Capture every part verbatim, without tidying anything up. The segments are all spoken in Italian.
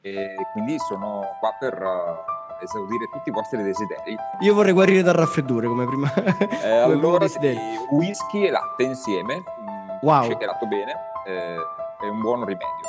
e quindi sono qua per uh, esaudire tutti i vostri desideri. Io vorrei guarire dal raffreddore come prima. Eh, come allora, desideri. whisky e latte insieme, mh, Wow. shakerato bene, eh, è un buon rimedio.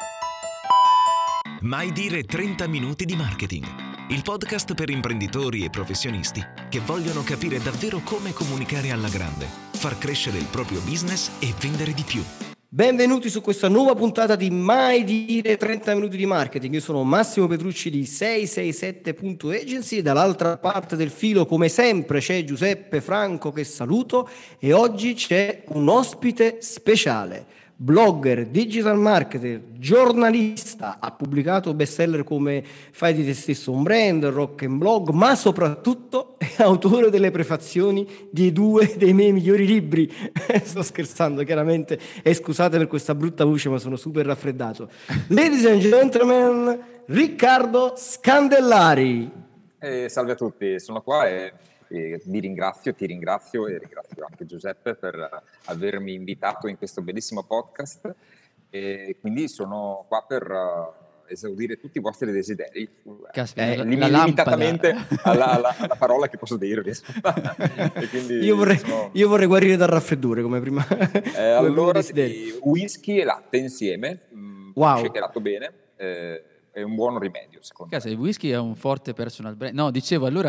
Mai dire trenta minuti di marketing. Il podcast per imprenditori e professionisti che vogliono capire davvero come comunicare alla grande, far crescere il proprio business e vendere di più. Benvenuti su questa nuova puntata di Mai dire trenta minuti di marketing. Io sono Massimo Petrucci di sei sei sette punto agency e dall'altra parte del filo, come sempre, c'è Giuseppe Franco che saluto e oggi c'è un ospite speciale. Blogger, digital marketer, giornalista, ha pubblicato bestseller come Fai di te stesso un brand, Rock and Blog, ma soprattutto è autore delle prefazioni di due dei miei migliori libri. Sto scherzando chiaramente e scusate per questa brutta voce, ma sono super raffreddato. Ladies and gentlemen, Riccardo Scandellari. Eh, salve a tutti, sono qua e E vi ringrazio, ti ringrazio e ringrazio anche Giuseppe per avermi invitato in questo bellissimo podcast e quindi sono qua per uh, esaudire tutti i vostri desideri. Caspita, eh, la, lim- la limitatamente alla, alla, alla parola che posso dirvi. E quindi io, vorrei, sono... io vorrei guarire dal raffreddore come prima. Eh, come allora, prima whisky e latte insieme, mh, wow. shakerato bene. Eh, è un buon rimedio, secondo Casa, me. il whisky è un forte personal brand. No, dicevo allora.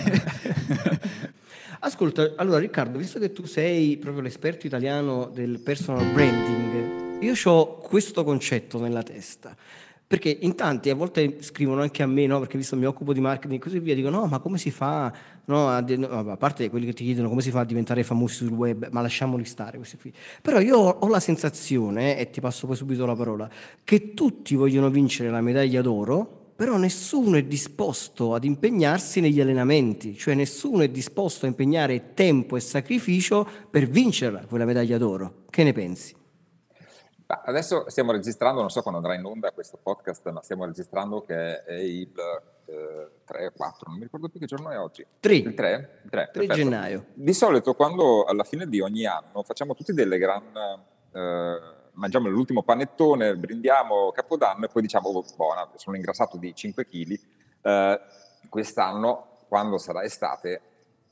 Ascolta, allora Riccardo, visto che tu sei proprio l'esperto italiano del personal branding, io ho questo concetto nella testa. Perché in tanti a volte scrivono anche a me, no? Perché visto che mi occupo di marketing e così via, dicono no, ma come si fa? No, a, no, a parte quelli che ti chiedono come si fa a diventare famosi sul web, ma lasciamoli stare questi qui. Però io ho la sensazione, e ti passo poi subito la parola, che tutti vogliono vincere la medaglia d'oro, però nessuno è disposto ad impegnarsi negli allenamenti, cioè nessuno è disposto a impegnare tempo e sacrificio per vincere quella medaglia d'oro. Che ne pensi? Adesso stiamo registrando, non so quando andrà in onda questo podcast, ma stiamo registrando che è il eh, tre o quattro, non mi ricordo più che giorno è oggi. tre. Il tre? Il tre, tre gennaio. Di solito quando alla fine di ogni anno facciamo tutti delle gran... Eh, mangiamo l'ultimo panettone, brindiamo Capodanno e poi diciamo, oh, buona, sono ingrassato di cinque chili. Eh, quest'anno, quando sarà estate,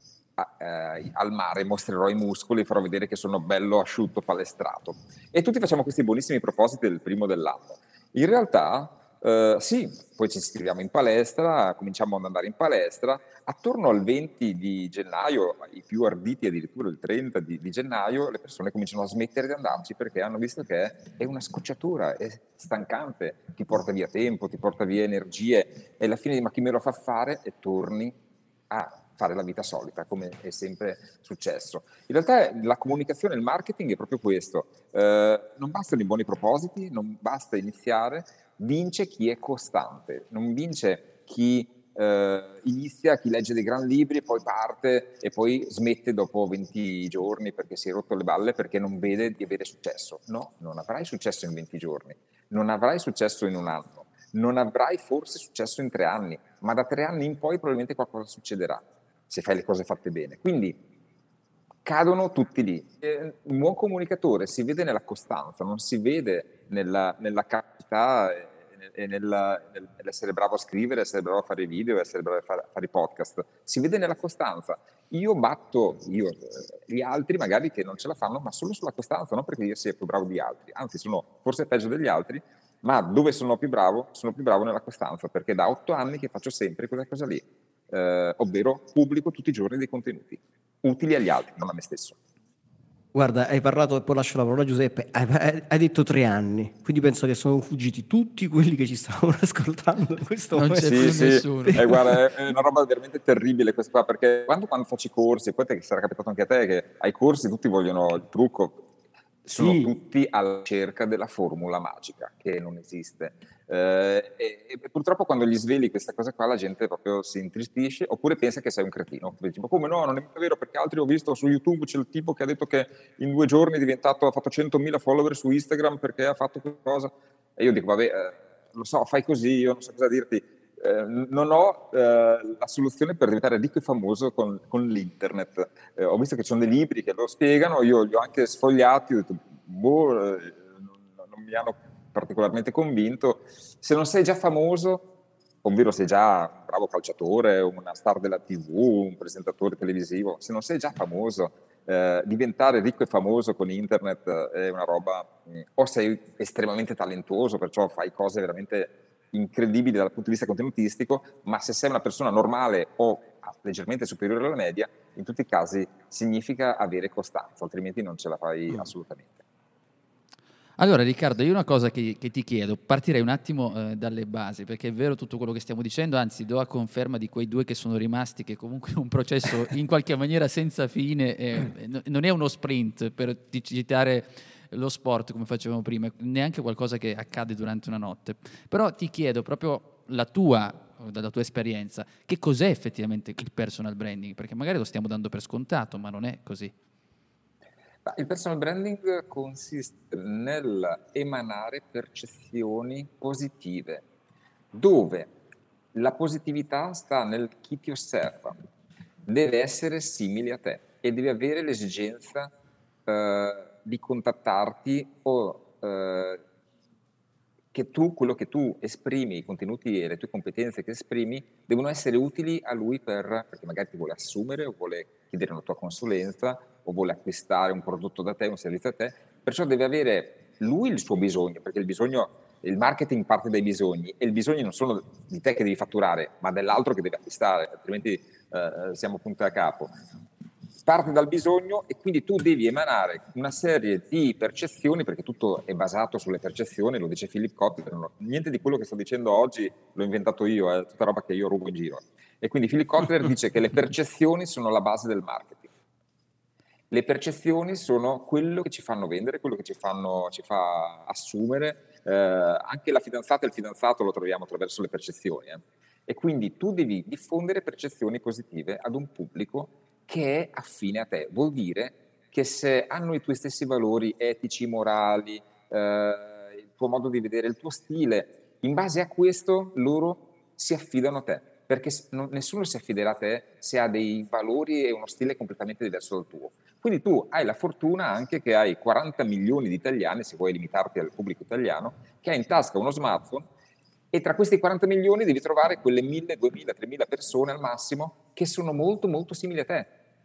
Eh, al mare mostrerò i muscoli, farò vedere che sono bello asciutto, palestrato. E tutti facciamo questi buonissimi propositi del primo dell'anno. In realtà, eh, sì, poi ci iscriviamo in palestra, cominciamo ad andare in palestra. Attorno al venti di gennaio, i più arditi addirittura il trenta di, di gennaio, le persone cominciano a smettere di andarci perché hanno visto che è una scocciatura, è stancante, ti porta via tempo, ti porta via energie e alla fine ma chi me lo fa fare e torni a fare la vita solita, come è sempre successo. In realtà la comunicazione e il marketing è proprio questo. Eh, non bastano i buoni propositi, non basta iniziare, vince chi è costante, non vince chi eh, inizia, chi legge dei gran libri, poi parte e poi smette dopo venti giorni perché si è rotto le balle, perché non vede di avere successo. No, non avrai successo in venti giorni, non avrai successo in un anno, non avrai forse successo in tre anni, ma da tre anni in poi probabilmente qualcosa succederà se fai le cose fatte bene. Quindi cadono tutti lì. E un buon comunicatore si vede nella costanza, non si vede nella, nella capacità e nella, nell'essere bravo a scrivere, essere bravo a fare video, essere bravo a fare, a fare i podcast. Si vede nella costanza. Io batto io, gli altri magari che non ce la fanno, ma solo sulla costanza, non perché io sia più bravo di altri. Anzi, sono forse peggio degli altri, ma dove sono più bravo? Sono più bravo nella costanza, perché da otto anni che faccio sempre quella cosa lì. Eh, ovvero pubblico tutti i giorni dei contenuti utili agli altri, non a me stesso. Guarda, hai parlato, e poi lascio la parola a Giuseppe, hai, hai detto tre anni, quindi penso che sono fuggiti tutti quelli che ci stavano ascoltando in questo non momento. c'è più sì, nessuno. Sì. Eh, guarda, è una roba veramente terribile questa qua, perché quando, quando faccio i corsi, poi te, sarà capitato anche a te che ai corsi tutti vogliono il trucco, sono sì. tutti alla ricerca della formula magica, che non esiste. Eh, e, e purtroppo quando gli sveli questa cosa qua la gente proprio si intristisce oppure pensa che sei un cretino. Tipo, come no, non è vero, perché altri ho visto su YouTube c'è il tipo che ha detto che in due giorni è diventato, ha fatto centomila follower su Instagram perché ha fatto qualcosa. E io dico, vabbè, eh, lo so, fai così, io non so cosa dirti. Eh, non ho eh, la soluzione per diventare ricco e famoso con, con l'internet. Eh, ho visto che ci sono dei libri che lo spiegano, io li ho anche sfogliati, ho detto, boh, eh, non, non mi hanno particolarmente convinto. Se non sei già famoso, ovvero sei già un bravo calciatore, una star della tivù, un presentatore televisivo, se non sei già famoso, eh, diventare ricco e famoso con internet è una roba, mh, o sei estremamente talentuoso, perciò fai cose veramente incredibili dal punto di vista contenutistico, ma se sei una persona normale o leggermente superiore alla media, in tutti i casi significa avere costanza, altrimenti non ce la fai Mm. assolutamente. Allora Riccardo, io una cosa che, che ti chiedo, partirei un attimo eh, dalle basi, perché è vero tutto quello che stiamo dicendo, anzi do a conferma di quei due che sono rimasti, che comunque è un processo in qualche maniera senza fine, eh, no- non è uno sprint, per ti- citare lo sport come facevamo prima, neanche qualcosa che accade durante una notte. Però ti chiedo proprio la tua, dalla tua esperienza, che cos'è effettivamente il personal branding? Perché magari lo stiamo dando per scontato, ma non è così. Ma il personal branding consiste nel emanare percezioni positive, dove la positività sta nel chi ti osserva, deve essere simile a te e deve avere l'esigenza eh, di contattarti o eh, che tu, quello che tu esprimi, i contenuti e le tue competenze che esprimi, devono essere utili a lui per, perché magari ti vuole assumere o vuole chiedere una tua consulenza o vuole acquistare un prodotto da te, un servizio da te, perciò deve avere lui il suo bisogno, perché il bisogno, il marketing parte dai bisogni e i bisogni non sono di te che devi fatturare, ma dell'altro che deve acquistare, altrimenti eh, siamo punti a capo. Parte dal bisogno e quindi tu devi emanare una serie di percezioni, perché tutto è basato sulle percezioni, lo dice Philip Kotler, no? Niente di quello che sto dicendo oggi l'ho inventato io, è tutta roba che io rubo in giro. E quindi Philip Kotler dice che le percezioni sono la base del marketing. Le percezioni sono quello che ci fanno vendere, quello che ci, fanno, ci fa assumere, eh, anche la fidanzata e il fidanzato lo troviamo attraverso le percezioni. Eh. E quindi tu devi diffondere percezioni positive ad un pubblico che è affine a te. Vuol dire che se hanno i tuoi stessi valori etici, morali, eh, il tuo modo di vedere, il tuo stile, in base a questo loro si affidano a te, perché non, nessuno si affiderà a te se ha dei valori e uno stile completamente diverso dal tuo. Quindi tu hai la fortuna anche che hai quaranta milioni di italiani, se vuoi limitarti al pubblico italiano, che ha in tasca uno smartphone e tra questi quaranta milioni devi trovare quelle mille, duemila, tremila persone al massimo che sono molto molto simili a te.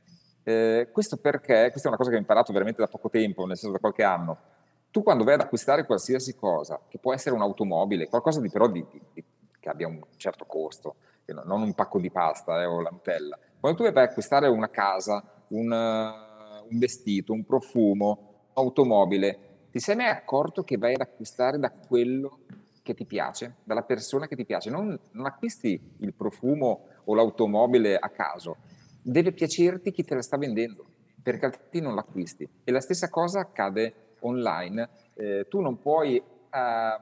Eh, questo perché, questa è una cosa che ho imparato veramente da poco tempo, nel senso da qualche anno. Tu quando vai ad acquistare qualsiasi cosa, che può essere un'automobile, qualcosa di però di, di, di, che abbia un certo costo, non un pacco di pasta eh, o la Nutella, quando tu vai ad acquistare una casa, un, uh, un vestito, un profumo, un'automobile, ti sei mai accorto che vai ad acquistare da quello che ti piace, dalla persona che ti piace? Non, non acquisti il profumo o l'automobile a caso, deve piacerti chi te la sta vendendo, perché altrimenti non l'acquisti. E la stessa cosa accade online. Eh, tu non puoi eh,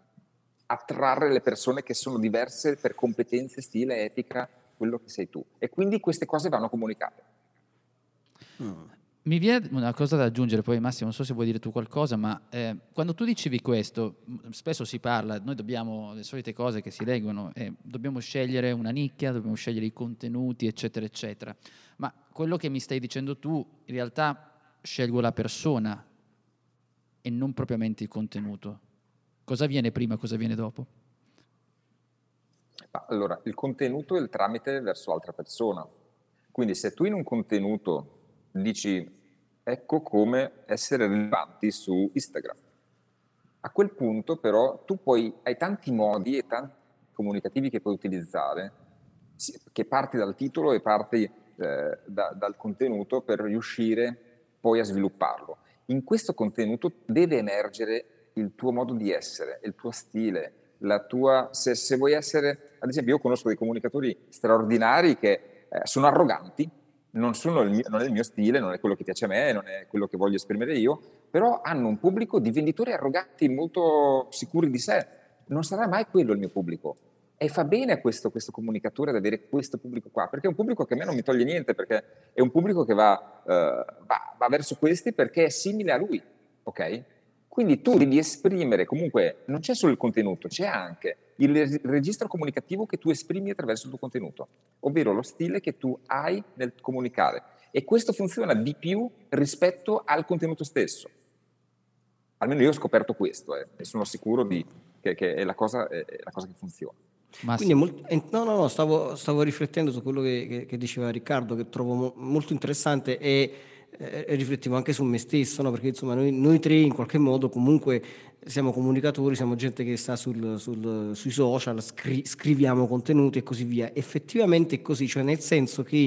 attrarre le persone che sono diverse per competenze, stile, etica, quello che sei tu. E quindi queste cose vanno comunicate. Mm. Mi viene una cosa da aggiungere, poi Massimo, non so se vuoi dire tu qualcosa, ma eh, quando tu dicevi questo, m- spesso si parla, noi dobbiamo, le solite cose che si leggono, eh, dobbiamo scegliere una nicchia, dobbiamo scegliere i contenuti, eccetera, eccetera. Ma quello che mi stai dicendo tu, in realtà scelgo la persona e non propriamente il contenuto. Cosa viene prima, cosa viene dopo? Ma allora, il contenuto è il tramite verso l'altra persona. Quindi se tu in un contenuto dici ecco come essere rilevanti su Instagram, a quel punto però tu poi hai tanti modi e tanti comunicativi che puoi utilizzare, che parti dal titolo e parti eh, da, dal contenuto per riuscire poi a svilupparlo. In questo contenuto deve emergere il tuo modo di essere, il tuo stile, la tua, se, se vuoi essere, ad esempio io conosco dei comunicatori straordinari che eh, sono arroganti, non, sono il mio, non è il mio stile, non è quello che piace a me, non è quello che voglio esprimere io, però hanno un pubblico di venditori arroganti molto sicuri di sé. Non sarà mai quello il mio pubblico. E fa bene a questo, questo comunicatore ad avere questo pubblico qua, perché è un pubblico che a me non mi toglie niente, perché è un pubblico che va, uh, va, va verso questi perché è simile a lui, ok? Quindi tu devi esprimere, comunque non c'è solo il contenuto, c'è anche il registro comunicativo che tu esprimi attraverso il tuo contenuto, ovvero lo stile che tu hai nel comunicare. E questo funziona di più rispetto al contenuto stesso. almeno io ho scoperto questo eh, e sono sicuro di, che, che è, la cosa, è la cosa che funziona. Ma quindi è molto, eh, no, no, no, stavo, stavo riflettendo su quello che, che, che diceva Riccardo, che trovo mo, molto interessante e, eh, e riflettivo anche su me stesso, no? Perché insomma noi, noi tre in qualche modo comunque siamo comunicatori, siamo gente che sta sul, sul, sui social, scri, scriviamo contenuti e così via. Effettivamente è così, cioè nel senso che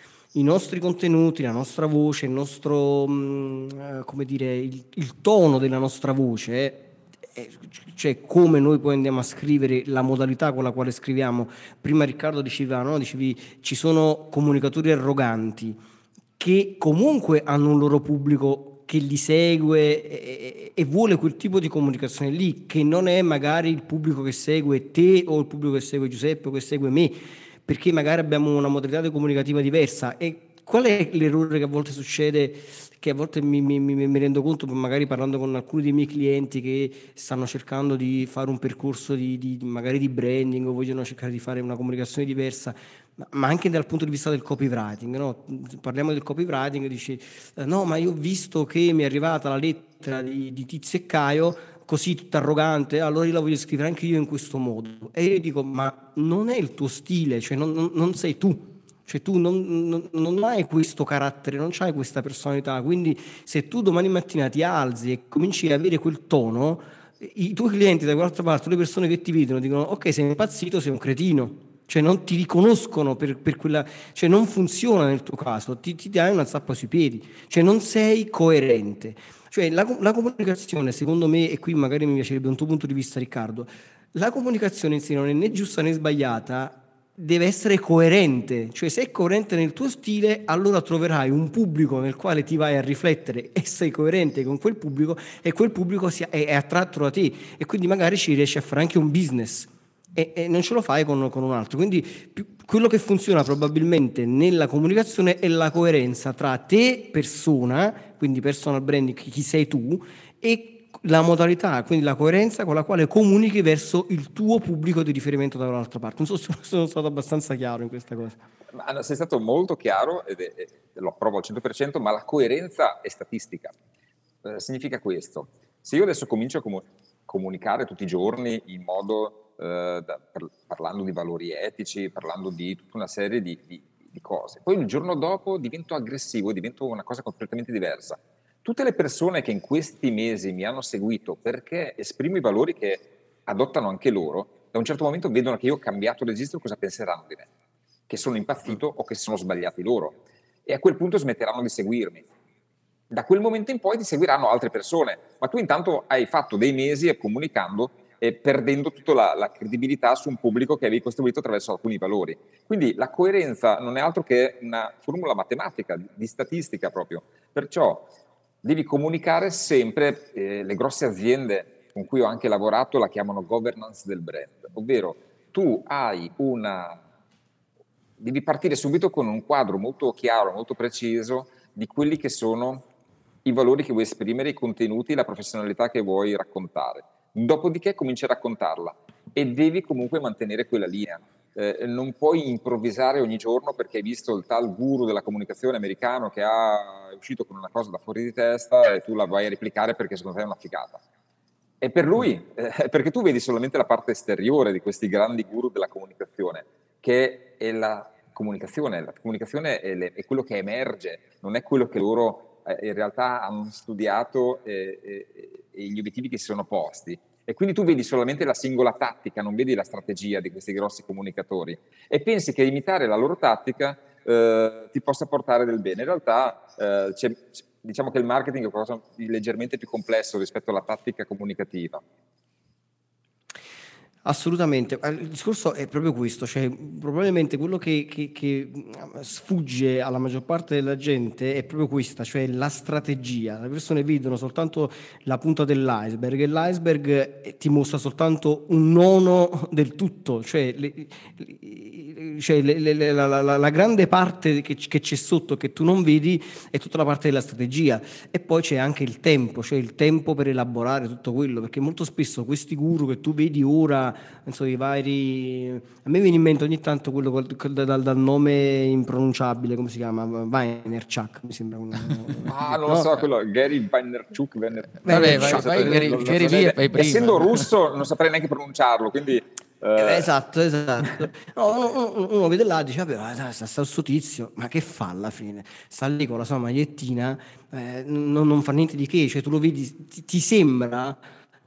i nostri contenuti, la nostra voce, il nostro, mh, come dire, il, il tono della nostra voce, eh, cioè come noi poi andiamo a scrivere, la modalità con la quale scriviamo. Prima Riccardo diceva, no? Dicevi, ci sono comunicatori arroganti che comunque hanno un loro pubblico che li segue e, e vuole quel tipo di comunicazione lì, che non è magari il pubblico che segue te o il pubblico che segue Giuseppe o che segue me, perché magari abbiamo una modalità comunicativa diversa. E qual è l'errore che a volte succede, che a volte mi, mi, mi rendo conto, magari parlando con alcuni dei miei clienti che stanno cercando di fare un percorso di, di magari di branding o vogliono cercare di fare una comunicazione diversa, ma anche dal punto di vista del copywriting, no? Parliamo del copywriting, dici no, ma io ho visto che mi è arrivata la lettera di, di Tizio e Caio così tutta arrogante, allora io la voglio scrivere anche io in questo modo. E io dico, ma non è il tuo stile, cioè non, non, non sei tu, cioè tu non, non, non hai questo carattere, non hai questa personalità, quindi se tu domani mattina ti alzi e cominci ad avere quel tono, i tuoi clienti da quell'altra parte, le persone che ti vedono dicono ok, sei impazzito, sei un cretino, cioè non ti riconoscono per, per quella, cioè non funziona nel tuo caso, ti, ti dai una zappa sui piedi, cioè non sei coerente. Cioè la, la comunicazione, secondo me, e qui magari mi piacerebbe un tuo punto di vista, Riccardo, la comunicazione in sé non è né giusta né sbagliata, deve essere coerente, cioè se è coerente nel tuo stile, allora troverai un pubblico nel quale ti vai a riflettere e sei coerente con quel pubblico e quel pubblico sia, è, è attratto da te e quindi magari ci riesci a fare anche un business. E, e non ce lo fai con, con un altro, quindi più, quello che funziona probabilmente nella comunicazione è la coerenza tra te persona, quindi personal branding, chi sei tu, e la modalità, quindi la coerenza con la quale comunichi verso il tuo pubblico di riferimento dall'altra parte. Non so se sono stato abbastanza chiaro in questa cosa. Ma sei stato molto chiaro ed è, lo approvo al cento per cento, ma la coerenza è statistica. Eh, significa questo: se io adesso comincio a comu- comunicare tutti i giorni in modo Uh, da, per, parlando di valori etici, parlando di tutta una serie di, di, di cose. Poi il giorno dopo divento aggressivo, divento una cosa completamente diversa. Tutte le persone che in questi mesi mi hanno seguito perché esprimo i valori che adottano anche loro, da un certo momento vedono che io ho cambiato registro, cosa penseranno di me? Che sono impazzito o che sono sbagliati loro. E a quel punto smetteranno di seguirmi. Da quel momento in poi ti seguiranno altre persone, ma tu intanto hai fatto dei mesi comunicando e perdendo tutta la, la credibilità su un pubblico che avevi costruito attraverso alcuni valori. Quindi la coerenza non è altro che una formula matematica, di, di statistica proprio. Perciò devi comunicare sempre, eh, le grosse aziende con cui ho anche lavorato la chiamano governance del brand, ovvero tu hai una... devi partire subito con un quadro molto chiaro, molto preciso di quelli che sono i valori che vuoi esprimere, i contenuti, la professionalità che vuoi raccontare. Dopodiché cominci a raccontarla e devi comunque mantenere quella linea. Eh, non puoi improvvisare ogni giorno perché hai visto il tal guru della comunicazione americano che ha, è uscito con una cosa da fuori di testa e tu la vai a replicare perché secondo te è una figata. E per lui, eh, perché tu vedi solamente la parte esteriore di questi grandi guru della comunicazione, che è la comunicazione. La comunicazione è, le, è quello che emerge, non è quello che loro eh, in realtà hanno studiato e, e, e gli obiettivi che si sono posti. E quindi tu vedi solamente la singola tattica, non vedi la strategia di questi grossi comunicatori e pensi che imitare la loro tattica eh, ti possa portare del bene. In realtà eh, c'è, diciamo che il marketing è qualcosa di leggermente più complesso rispetto alla tattica comunicativa. Assolutamente, il discorso è proprio questo, cioè probabilmente quello che, che, che sfugge alla maggior parte della gente è proprio questa, cioè la strategia. Le persone vedono soltanto la punta dell'iceberg e l'iceberg ti mostra soltanto un nono del tutto, cioè, le, cioè le, le, la, la, la grande parte che, che c'è sotto che tu non vedi è tutta la parte della strategia e poi c'è anche il tempo, cioè il tempo per elaborare tutto quello, perché molto spesso questi guru che tu vedi ora prima, insomma, i vari... A me viene in mente ogni tanto quello col, col, dal, dal nome impronunciabile, come si chiama? Vaynerchuk, mi sembra. Un, ah, non no? lo so, quello Gary Vaynerchuk. Vabbè, vai, vai, vai, Gary, Gary Vee e poi prima. Essendo russo non saprei neanche pronunciarlo, quindi... Eh, esatto, esatto. No, uno, uno vede là e dice, vabbè, sta, sta sto tizio, ma che fa alla fine? Sta lì con la sua magliettina, eh, non, non fa niente di che, cioè tu lo vedi, ti, ti sembra,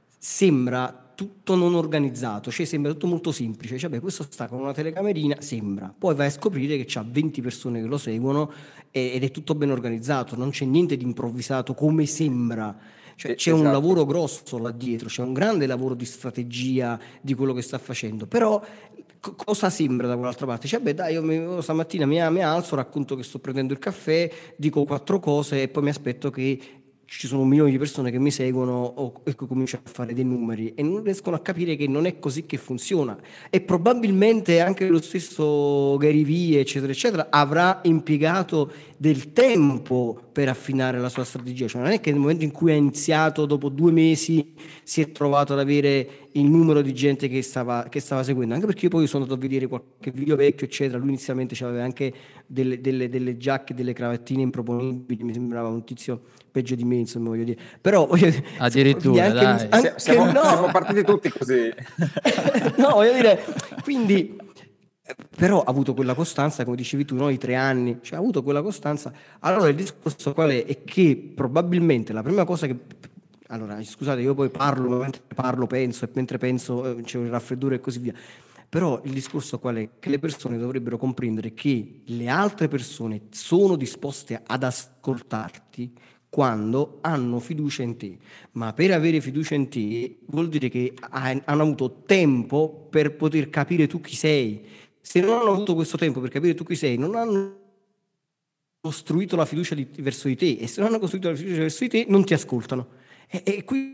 sembra tutto non organizzato, cioè sembra tutto molto semplice, cioè, vabbè, questo sta con una telecamerina, sembra, poi vai a scoprire che c'ha venti persone che lo seguono e, ed è tutto ben organizzato, non c'è niente di improvvisato come sembra. Cioè, c'è esatto. un lavoro grosso là dietro, c'è un grande lavoro di strategia di quello che sta facendo, però co- cosa sembra da quell'altra parte? Cioè, beh dai, io, mi, io stamattina mi, mi alzo, racconto che sto prendendo il caffè, dico quattro cose e poi mi aspetto che ci sono un milione di persone che mi seguono o, e che cominciano a fare dei numeri e non riescono a capire che non è così che funziona, e probabilmente anche lo stesso Gary Vee eccetera eccetera avrà impiegato del tempo per affinare la sua strategia, cioè non è che nel momento in cui ha iniziato dopo due mesi si è trovato ad avere il numero di gente che stava, che stava seguendo, anche perché io poi sono andato a vedere qualche video vecchio eccetera, lui inizialmente aveva anche delle, delle, delle giacche, delle cravattine improponibili, mi sembrava un tizio peggio di me, insomma, voglio dire, però voglio dire, addirittura anche, dai. anche, siamo, no. siamo partiti tutti così. No, voglio dire, quindi però ha avuto quella costanza, come dicevi tu, no? I tre anni, cioè ha avuto quella costanza. Allora il discorso qual è? È che probabilmente la prima cosa che... Allora, scusate, io poi parlo, ma mentre parlo penso, e mentre penso eh, c'è un raffreddore e così via. Però il discorso qual è? Che le persone dovrebbero comprendere che le altre persone sono disposte ad ascoltarti quando hanno fiducia in te, ma per avere fiducia in te vuol dire che hanno avuto tempo per poter capire tu chi sei. Se non hanno avuto questo tempo per capire tu chi sei, non hanno costruito la fiducia di, verso di te, e se non hanno costruito la fiducia verso di te non ti ascoltano, e, e qui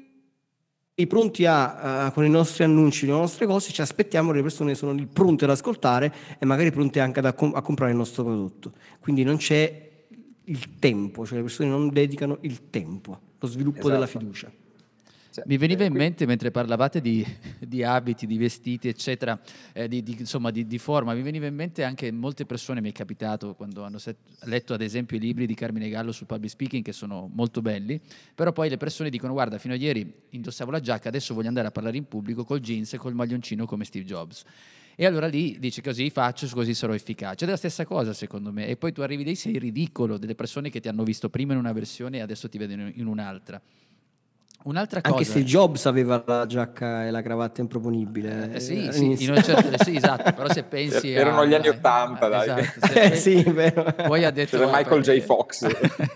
pronti a, a con i nostri annunci, le nostre cose, ci aspettiamo che le persone sono lì pronte ad ascoltare e magari pronte anche ad, a, a comprare il nostro prodotto, quindi non c'è il tempo, cioè le persone non dedicano il tempo, lo sviluppo esatto. della fiducia. Cioè, mi veniva in mente mentre parlavate di, di abiti, di vestiti, eccetera, eh, di, di, insomma di, di forma, mi veniva in mente anche molte persone, mi è capitato quando hanno set, letto ad esempio i libri di Carmine Gallo sul public speaking, che sono molto belli, però poi le persone dicono guarda, fino a ieri indossavo la giacca, adesso voglio andare a parlare in pubblico col jeans e col maglioncino come Steve Jobs. E allora lì dici così faccio, così sarò efficace. Ed è la stessa cosa secondo me. E poi tu arrivi lì, sei ridicolo, delle persone che ti hanno visto prima in una versione e adesso ti vedono in un'altra. Un'altra cosa... Anche se Jobs aveva la giacca e la cravatta improponibile. Eh, sì, sì, in un certo, sì, esatto, però se pensi erano a, gli anni ottanta, dai. Esatto, se eh, pensi, sì, vero. Poi ha detto... C'era Michael J. Fox.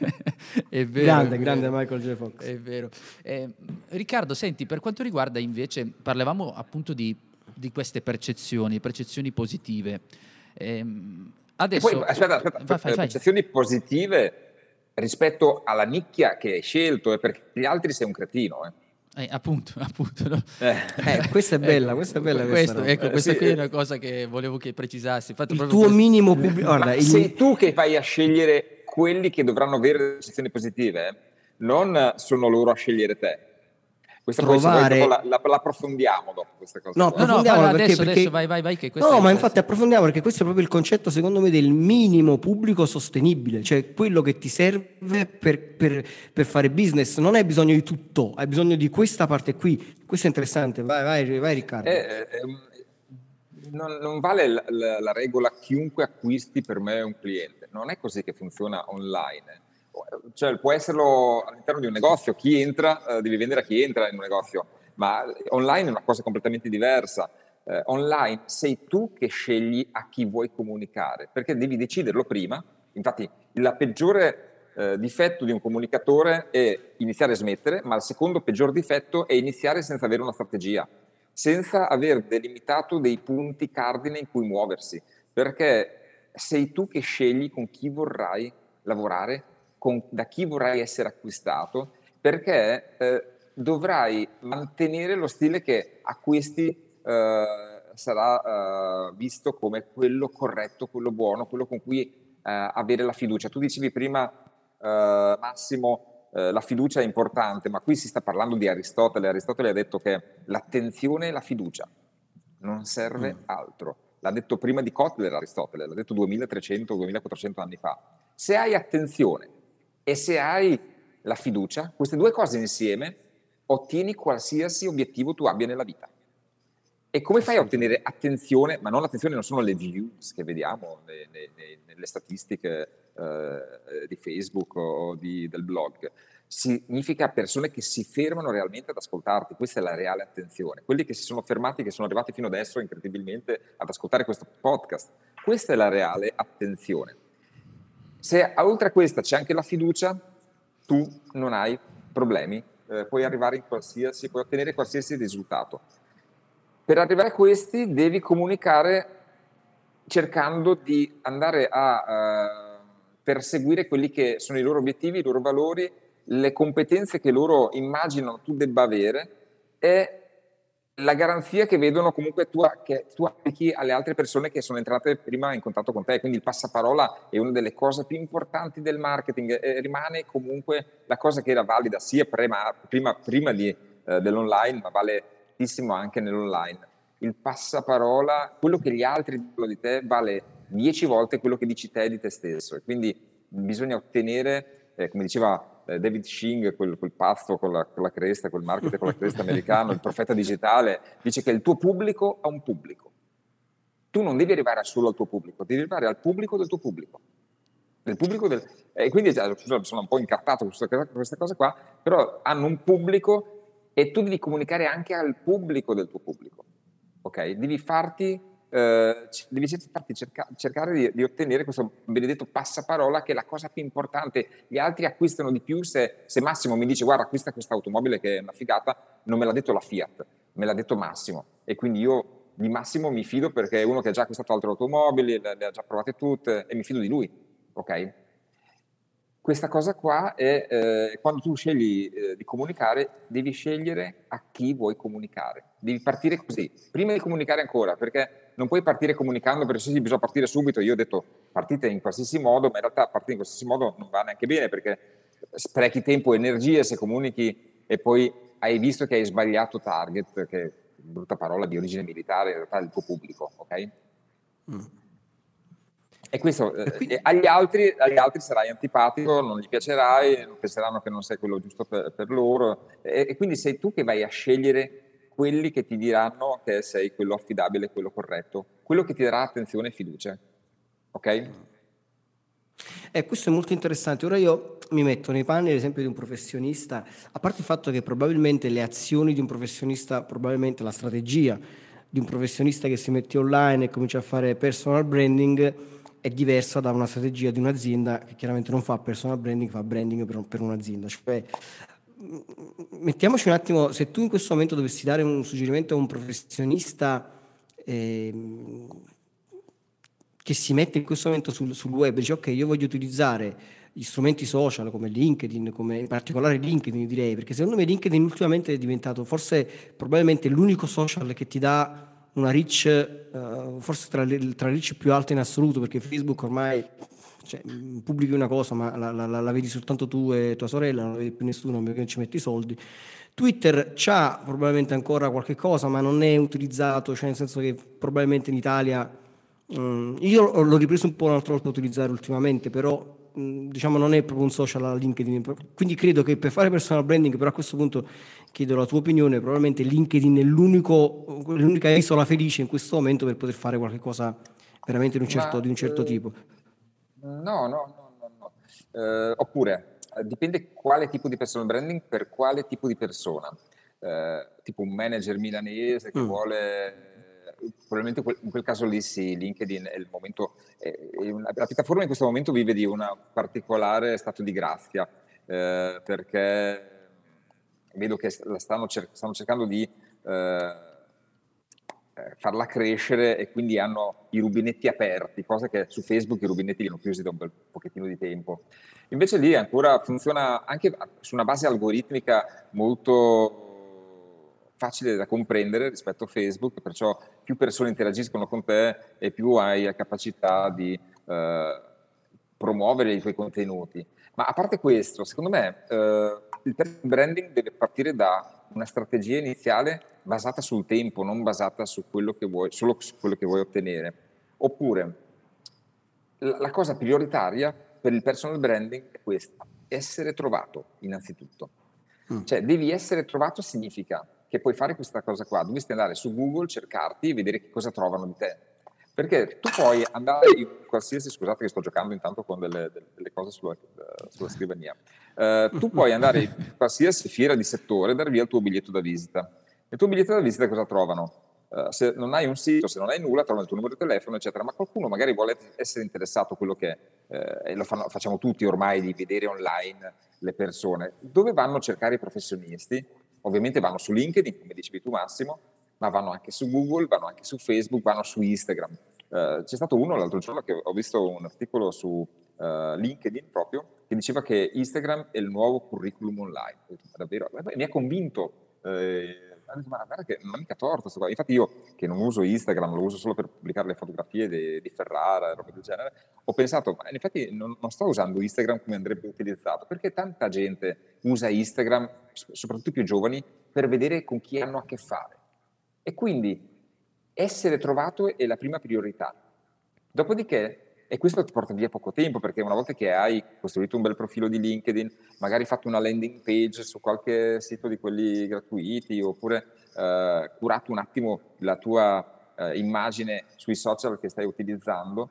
È vero, grande, è grande vero, Michael J. Fox. È vero. Eh, Riccardo, senti, per quanto riguarda invece, parlavamo appunto di, di queste percezioni, percezioni positive. Eh, adesso... E poi, aspetta, aspetta, vai, vai, percezioni vai. positive rispetto alla nicchia che hai scelto, e perché gli altri sei un cretino, eh. Eh, appunto, appunto no? eh, eh, questa è bella, ecco, questa è bella. Questo, questa ecco, eh, questa sì, qui è eh. una cosa che volevo che precisassi. Fatto il proprio tuo questo. minimo pubblico. Guarda, il... sei tu che vai a scegliere quelli che dovranno avere percezioni positive, eh? Non sono loro a scegliere te. Questa Trovare... poi la, la, la approfondiamo dopo questa cosa. No, approfondiamo no, no, perché, adesso, perché... adesso vai, vai, vai, che questo no, è ma infatti approfondiamo perché questo è proprio il concetto, secondo me, del minimo pubblico sostenibile, cioè quello che ti serve per, per, per fare business. Non hai bisogno di tutto, hai bisogno di questa parte qui. Questo è interessante. Vai, vai, vai Riccardo. Eh, eh, non, non vale la, la, la regola chiunque acquisti per me è un cliente. Non è così che funziona online. Cioè, può esserlo all'interno di un negozio, chi entra, eh, devi vendere a chi entra in un negozio, ma online è una cosa completamente diversa. Eh, online sei tu che scegli a chi vuoi comunicare, perché devi deciderlo prima. Infatti il peggiore eh, difetto di un comunicatore è iniziare e smettere, ma il secondo peggior difetto è iniziare senza avere una strategia, senza aver delimitato dei punti cardine in cui muoversi, perché sei tu che scegli con chi vorrai lavorare, con, da chi vorrai essere acquistato, perché eh, dovrai mantenere lo stile che acquisti eh, sarà eh, visto come quello corretto, quello buono, quello con cui eh, avere la fiducia. Tu dicevi prima, eh, Massimo, eh, la fiducia è importante, ma qui si sta parlando di Aristotele. Aristotele ha detto che l'attenzione è la fiducia. non serve Mm. altro. L'ha detto prima di Kotler Aristotele, l'ha detto duemilatrecento duemilaquattrocento anni fa. Se hai attenzione e se hai la fiducia, queste due cose insieme ottieni qualsiasi obiettivo tu abbia nella vita. E come fai a ottenere attenzione? Ma non l'attenzione, non sono le views che vediamo ne- ne- ne- nelle statistiche eh, di Facebook o di- del blog. Significa persone che si fermano realmente ad ascoltarti. Questa è la reale attenzione. Quelli che si sono fermati, che sono arrivati fino adesso incredibilmente ad ascoltare questo podcast. Questa è la reale attenzione. Se oltre a questa c'è anche la fiducia, tu non hai problemi, eh, puoi arrivare in qualsiasi, puoi ottenere qualsiasi risultato. Per arrivare a questi devi comunicare cercando di andare a eh, perseguire quelli che sono i loro obiettivi, i loro valori, le competenze che loro immaginano tu debba avere e la garanzia che vedono comunque tu, che tu applichi alle altre persone che sono entrate prima in contatto con te. Quindi il passaparola è una delle cose più importanti del marketing e rimane comunque la cosa che era valida sia prima, prima, prima di, eh, dell'online, ma vale tantissimo anche nell'online. Il passaparola, quello che gli altri dicono di te vale dieci volte quello che dici te di te stesso e quindi bisogna ottenere, eh, come diceva eh, David Shing, quel, quel pazzo con la, con la cresta, quel marketer con la cresta americano, il profeta digitale, dice che il tuo pubblico ha un pubblico. Tu non devi arrivare solo al tuo pubblico, devi arrivare al pubblico del tuo pubblico. Del pubblico del, e quindi sono un po' incartato con questa, questa cosa qua, però hanno un pubblico e tu devi comunicare anche al pubblico del tuo pubblico. Ok? Devi farti, eh, devi farti cerca, cercare di, di ottenere questo benedetto passaparola che è la cosa più importante. Gli altri acquistano di più se, se Massimo mi dice guarda acquista questa automobile che è una figata, non me l'ha detto la Fiat, me l'ha detto Massimo e quindi io di Massimo mi fido perché è uno che ha già acquistato altre automobili, le, le ha già provate tutte e mi fido di lui, ok? Questa cosa qua è, eh, quando tu scegli eh, di comunicare, devi scegliere a chi vuoi comunicare. Devi partire così, prima di comunicare ancora, perché non puoi partire comunicando perché sì, sì, bisogna partire subito. Io ho detto partite in qualsiasi modo, ma in realtà partire in qualsiasi modo non va neanche bene perché sprechi tempo e energie se comunichi e poi hai visto che hai sbagliato target, che è brutta parola di origine militare, in realtà è il tuo pubblico, ok? Mm. E questo eh, quindi... e agli, altri, agli altri sarai antipatico, non gli piacerai, penseranno che non sei quello giusto per, per loro e, e quindi sei tu che vai a scegliere quelli che ti diranno che sei quello affidabile, quello corretto, quello che ti darà attenzione e fiducia, ok? Eh, questo è molto interessante. Ora io mi metto nei panni, ad esempio, di un professionista, a parte il fatto che probabilmente le azioni di un professionista, probabilmente la strategia di un professionista che si mette online e comincia a fare personal branding è diversa da una strategia di un'azienda che chiaramente non fa personal branding, fa branding per, per un'azienda. Cioè, mettiamoci un attimo, se tu in questo momento dovessi dare un suggerimento a un professionista eh, che si mette in questo momento sul, sul web, dice ok, io voglio utilizzare gli strumenti social come LinkedIn, come in particolare LinkedIn direi, perché secondo me LinkedIn ultimamente è diventato forse probabilmente l'unico social che ti dà una reach, uh, forse tra le, tra le reach più alte in assoluto, perché Facebook ormai cioè, pubblichi una cosa ma la, la, la, la vedi soltanto tu e tua sorella, non la vedi più nessuno perché non ci metti i soldi. Twitter c'ha probabilmente ancora qualche cosa ma non è utilizzato, cioè nel senso che probabilmente in Italia Mm, io l'ho ripreso un po' un'altra volta a utilizzare ultimamente, però mm, diciamo non è proprio un social alla LinkedIn, quindi credo che per fare personal branding, però a questo punto chiedo la tua opinione, probabilmente LinkedIn è l'unico, l'unica isola felice in questo momento per poter fare qualche cosa veramente di un certo, Ma, di un certo eh, tipo. No, no, no, no, no. Eh, oppure eh, dipende quale tipo di personal branding per quale tipo di persona. Eh, tipo un manager milanese che Mm. vuole probabilmente in quel caso lì sì, LinkedIn è il momento, è una, la piattaforma in questo momento vive di un particolare stato di grazia, eh, perché vedo che la stanno, cer- stanno cercando di eh, farla crescere e quindi hanno i rubinetti aperti, cosa che su Facebook i rubinetti li hanno chiusi da un bel pochettino di tempo. Invece lì ancora funziona anche su una base algoritmica molto facile da comprendere rispetto a Facebook, perciò più persone interagiscono con te e più hai la capacità di eh, promuovere i tuoi contenuti. Ma a parte questo, secondo me eh, il branding deve partire da una strategia iniziale basata sul tempo, non basata su quello che vuoi, solo su quello che vuoi ottenere. Oppure la, la cosa prioritaria per il personal branding è questa: essere trovato innanzitutto. Mm. Cioè, devi essere trovato significa che puoi fare questa cosa qua, dovresti andare su Google, cercarti e vedere che cosa trovano di te. Perché tu puoi andare in qualsiasi, scusate che sto giocando intanto con delle, delle cose sulla, sulla scrivania, uh, tu puoi andare in qualsiasi fiera di settore e dare via il tuo biglietto da visita. Il tuo biglietto da visita cosa trovano? Uh, se non hai un sito, se non hai nulla, trovano il tuo numero di telefono, eccetera. Ma qualcuno magari vuole essere interessato a quello che è, eh, e lo fanno, facciamo tutti ormai, di vedere online le persone. Dove vanno a cercare i professionisti? Ovviamente vanno su LinkedIn, come dicevi tu Massimo, ma vanno anche su Google, vanno anche su Facebook, vanno su Instagram. Uh, c'è stato uno l'altro giorno che ho visto un articolo su uh, LinkedIn proprio, che diceva che Instagram è il nuovo curriculum online. Davvero, mi ha convinto. Eh, ma guarda che non è mica torto. Infatti io, che non uso Instagram, lo uso solo per pubblicare le fotografie di, di Ferrara e roba del genere, ho pensato, ma in effetti non, non sto usando Instagram come andrebbe utilizzato, perché tanta gente usa Instagram, soprattutto i più giovani, per vedere con chi hanno a che fare. E quindi essere trovato è la prima priorità. Dopodiché, e questo ti porta via poco tempo, perché una volta che hai costruito un bel profilo di LinkedIn, magari fatto una landing page su qualche sito di quelli gratuiti, oppure eh, curato un attimo la tua eh, immagine sui social che stai utilizzando,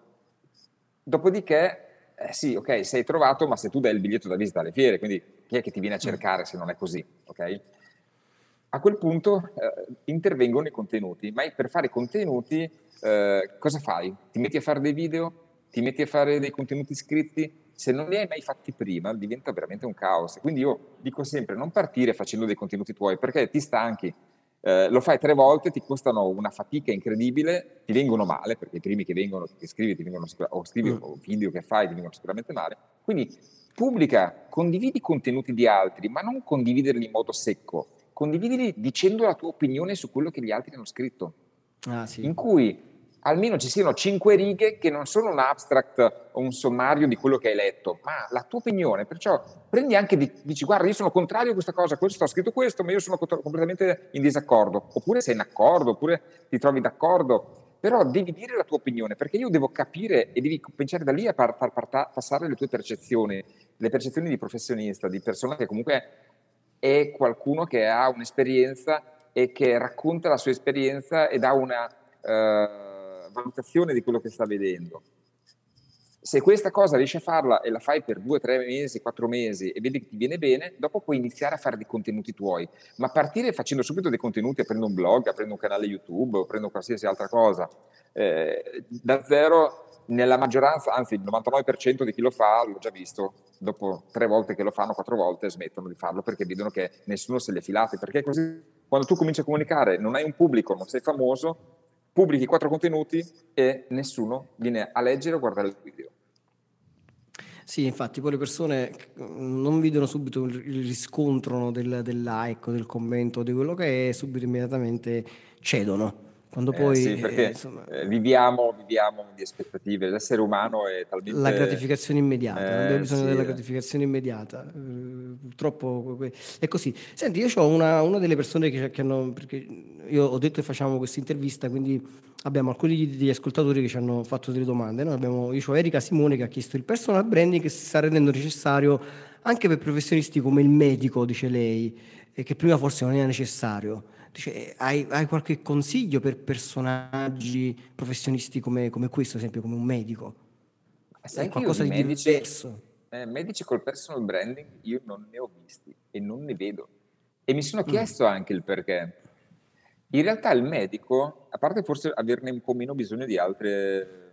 dopodiché, eh, sì, ok, sei trovato, ma se tu dai il biglietto da visita alle fiere, quindi chi è che ti viene a cercare se non è così, ok? A quel punto eh, intervengono i contenuti, ma per fare i contenuti eh, cosa fai? Ti metti a fare dei video? Ti metti a fare dei contenuti scritti? Se non li hai mai fatti prima diventa veramente un caos. Quindi io dico sempre, non partire facendo dei contenuti tuoi, perché ti stanchi, eh, lo fai tre volte, ti costano una fatica incredibile, ti vengono male, perché i primi che vengono, che scrivi, ti vengono o scrivi mm. o video che fai ti vengono sicuramente male. Quindi pubblica, condividi i contenuti di altri, ma non condividerli in modo secco. Condividili dicendo la tua opinione su quello che gli altri hanno scritto, ah, sì. in cui almeno ci siano cinque righe che non sono un abstract o un sommario di quello che hai letto, ma la tua opinione. Perciò prendi anche, di, dici guarda, io sono contrario a questa cosa, questo sta scritto questo, ma io sono completamente in disaccordo, oppure sei in accordo, oppure ti trovi d'accordo, però devi dire la tua opinione, perché io devo capire e devi cominciare da lì a far, far parta, passare le tue percezioni, le percezioni di professionista, di persona che comunque è qualcuno che ha un'esperienza e che racconta la sua esperienza e dà una uh, valutazione di quello che sta vedendo. Se questa cosa riesci a farla e la fai per due, tre mesi, quattro mesi e vedi che ti viene bene, dopo puoi iniziare a fare dei contenuti tuoi. Ma partire facendo subito dei contenuti, aprendo un blog, aprendo un canale YouTube, o aprendo qualsiasi altra cosa, eh, da zero, nella maggioranza, anzi il novantanove per cento di chi lo fa, l'ho già visto, dopo tre volte che lo fanno, quattro volte smettono di farlo perché vedono che nessuno se li è filati, perché così quando tu cominci a comunicare, non hai un pubblico, non sei famoso, pubblichi quattro contenuti e nessuno viene a leggere o guardare il video. Sì, infatti poi le persone non vedono subito il riscontro del, del like, del commento, di quello che è, subito immediatamente cedono. Quando poi, eh, sì, perché eh, insomma, eh, viviamo, viviamo di aspettative, l'essere umano è talmente... La gratificazione immediata, eh, abbiamo bisogno sì, della eh. gratificazione immediata, uh, purtroppo è così. Senti, io ho una, una delle persone che, che hanno, perché io ho detto che facciamo questa intervista, quindi abbiamo alcuni degli ascoltatori che ci hanno fatto delle domande. Noi abbiamo, io ho Erika Simone che ha chiesto il personal branding che si sta rendendo necessario anche per professionisti come il medico, dice lei, e che prima forse non era necessario. Dice, hai, hai qualche consiglio per personaggi professionisti come, come questo, ad esempio come un medico? Sai È che io qualcosa di di medici, diverso. eh, medici col personal branding io non ne ho visti e non ne vedo. E mi sono Mm. chiesto anche il perché. In realtà il medico, a parte forse averne un po' meno bisogno di altre,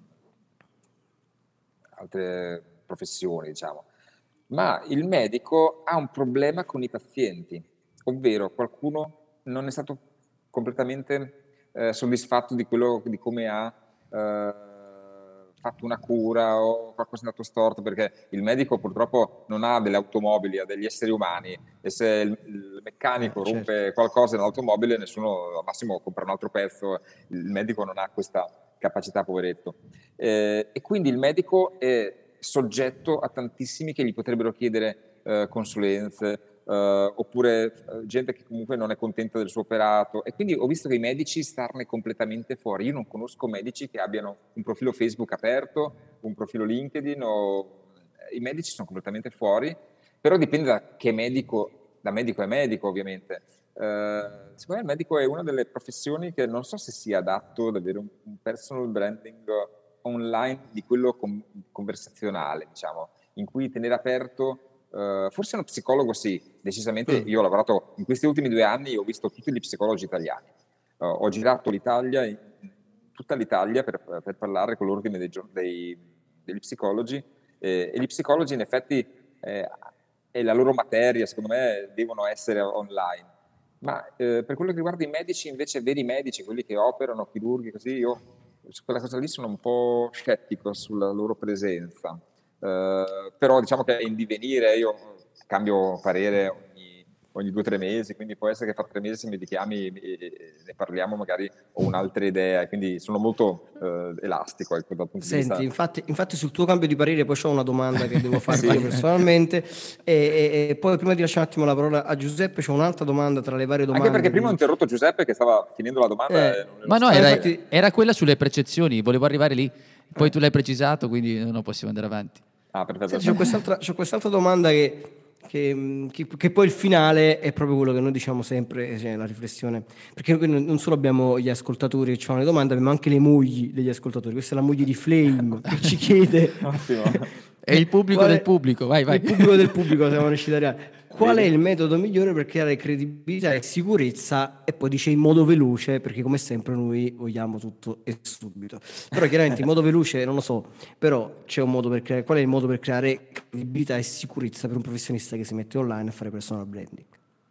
altre professioni, diciamo, ma il medico ha un problema con i pazienti, ovvero qualcuno non è stato completamente eh, soddisfatto di quello, di come ha eh, fatto una cura o qualcosa è andato storto, perché il medico purtroppo non ha delle automobili, ha degli esseri umani, e se il, il meccanico Eh, rompe certo. qualcosa nell'automobile, nessuno, al massimo compra un altro pezzo, il medico non ha questa capacità, poveretto. Eh, e quindi il medico è soggetto a tantissimi che gli potrebbero chiedere eh, consulenze Uh, oppure uh, gente che comunque non è contenta del suo operato, e quindi ho visto che i medici starne completamente fuori. Io non conosco medici che abbiano un profilo Facebook aperto, un profilo LinkedIn, o i medici sono completamente fuori, però dipende da che medico, da medico a medico ovviamente. Uh, secondo me il medico è una delle professioni che non so se sia adatto ad avere un, un personal branding online di quello com- conversazionale, diciamo, in cui tenere aperto. Uh, forse uno psicologo sì, decisamente. Mm. Io ho lavorato in questi ultimi due anni, ho visto tutti gli psicologi italiani, uh, ho girato l'Italia, in, tutta l'Italia per, per parlare con l'ordine dei, dei, degli psicologi, eh, e gli psicologi in effetti eh, e la loro materia secondo me devono essere online, ma eh, per quello che riguarda i medici invece, veri medici, quelli che operano, chirurghi così, io su quella cosa lì sono un po' scettico sulla loro presenza. Uh, però diciamo che è in divenire, io cambio parere ogni, ogni due o tre mesi, quindi può essere che fra tre mesi se mi richiami e ne parliamo magari ho un'altra idea, quindi sono molto uh, elastico, ecco, dal punto Senti, di vista. infatti, infatti sul tuo cambio di parere poi c'ho una domanda che devo farti Sì. io personalmente e, e, e poi prima di lasciare un attimo la parola a Giuseppe c'ho un'altra domanda tra le varie domande. Anche perché prima di... ho interrotto Giuseppe che stava finendo la domanda Eh, e non Ma no, Ah, era, infatti- era quella sulle percezioni, volevo arrivare lì, poi Eh. tu l'hai precisato, quindi non possiamo andare avanti. Ah, perfetto. Senti, c'ho quest'altra, c'ho quest'altra domanda che, che, che, che poi il finale è proprio quello che noi diciamo sempre, cioè la riflessione, perché noi non solo abbiamo gli ascoltatori che ci fanno le domande, abbiamo anche le mogli degli ascoltatori. Questa è la moglie di Flame che ci chiede Ottimo. È il pubblico Qual è- del pubblico, vai, vai. il pubblico del pubblico siamo riusciti a dare. Qual è Vedi? il metodo migliore per creare credibilità e sicurezza? E poi dice in modo veloce, perché come sempre noi vogliamo tutto e subito. Però chiaramente in modo veloce non lo so, però c'è un modo per creare. Qual è il modo per creare credibilità e sicurezza per un professionista che si mette online a fare personal branding?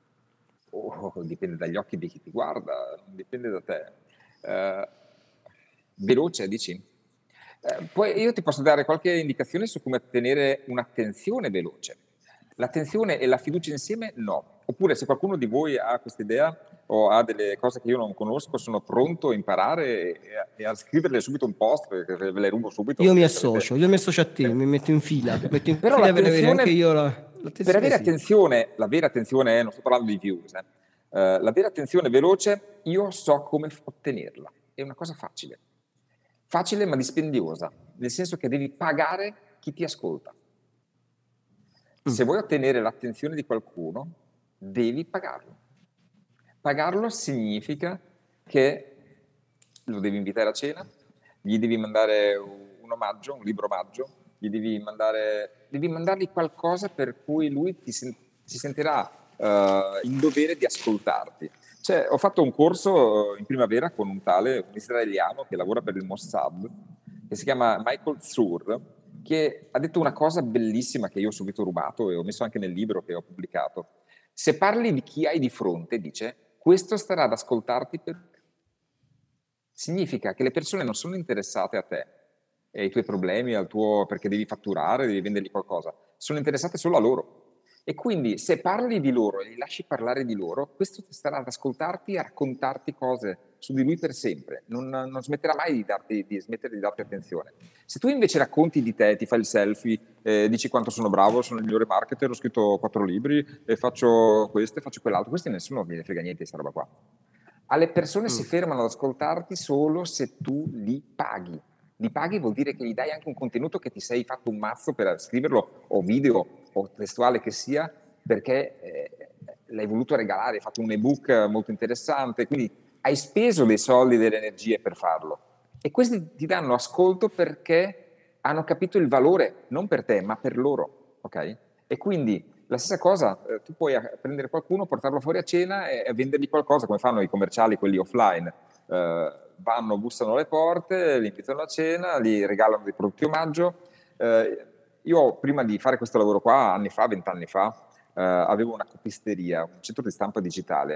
Oh, dipende dagli occhi di chi ti guarda, non dipende da te. Eh, veloce, dici? Eh, poi io ti posso dare qualche indicazione su come ottenere un'attenzione veloce. L'attenzione e la fiducia insieme no. Oppure se qualcuno di voi ha questa idea o ha delle cose che io non conosco, sono pronto a imparare e a, e a scriverle subito un post, perché ve le rubo subito. Io mi Avete- associo, io mi associo a te, mi metto in fila, metto in Però fila per avere l'attenzione- anche io la, l'attenzione. Per avere sì. attenzione, la vera attenzione è, non sto parlando di views, eh, eh, la vera attenzione veloce, io so come f- ottenerla. È una cosa facile. Facile ma dispendiosa, nel senso che devi pagare chi ti ascolta. Se vuoi ottenere l'attenzione di qualcuno, devi pagarlo. Pagarlo significa che lo devi invitare a cena, gli devi mandare un omaggio, un libro omaggio, gli devi mandare, devi mandargli qualcosa per cui lui ti sen- si sentirà uh, in dovere di ascoltarti. Cioè, ho fatto un corso in primavera con un tale, un israeliano che lavora per il Mossad, che si chiama Michael Tzur, che ha detto una cosa bellissima che io ho subito rubato e ho messo anche nel libro che ho pubblicato. Se parli di chi hai di fronte, dice, questo starà ad ascoltarti per te. Significa che le persone non sono interessate a te e ai tuoi problemi, al tuo, perché devi fatturare, devi vendergli qualcosa, sono interessate solo a loro. E quindi se parli di loro e li lasci parlare di loro, questo starà ad ascoltarti e a raccontarti cose su di lui per sempre, non, non smetterà mai di, darti, di smettere di darti attenzione. Se tu invece racconti di te, ti fai il selfie, eh, dici quanto sono bravo, sono il migliore marketer, ho scritto quattro libri e faccio questo e faccio quell'altro, questi nessuno gliene frega niente di questa roba qua. Alle persone mm. si fermano ad ascoltarti solo se tu li paghi. Li paghi vuol dire che gli dai anche un contenuto che ti sei fatto un mazzo per scriverlo, o video o testuale che sia, perché eh, l'hai voluto regalare, hai fatto un ebook molto interessante, quindi hai speso dei soldi e delle energie per farlo. E questi ti danno ascolto perché hanno capito il valore, non per te, ma per loro, ok? E quindi la stessa cosa, eh, tu puoi prendere qualcuno, portarlo fuori a cena e, e vendergli qualcosa, come fanno i commerciali, quelli offline. Eh, vanno, bussano alle porte, li invitano a cena, gli regalano dei prodotti omaggio. Eh, io prima di fare questo lavoro qua, anni fa, vent'anni fa, eh, avevo una copisteria, un centro di stampa digitale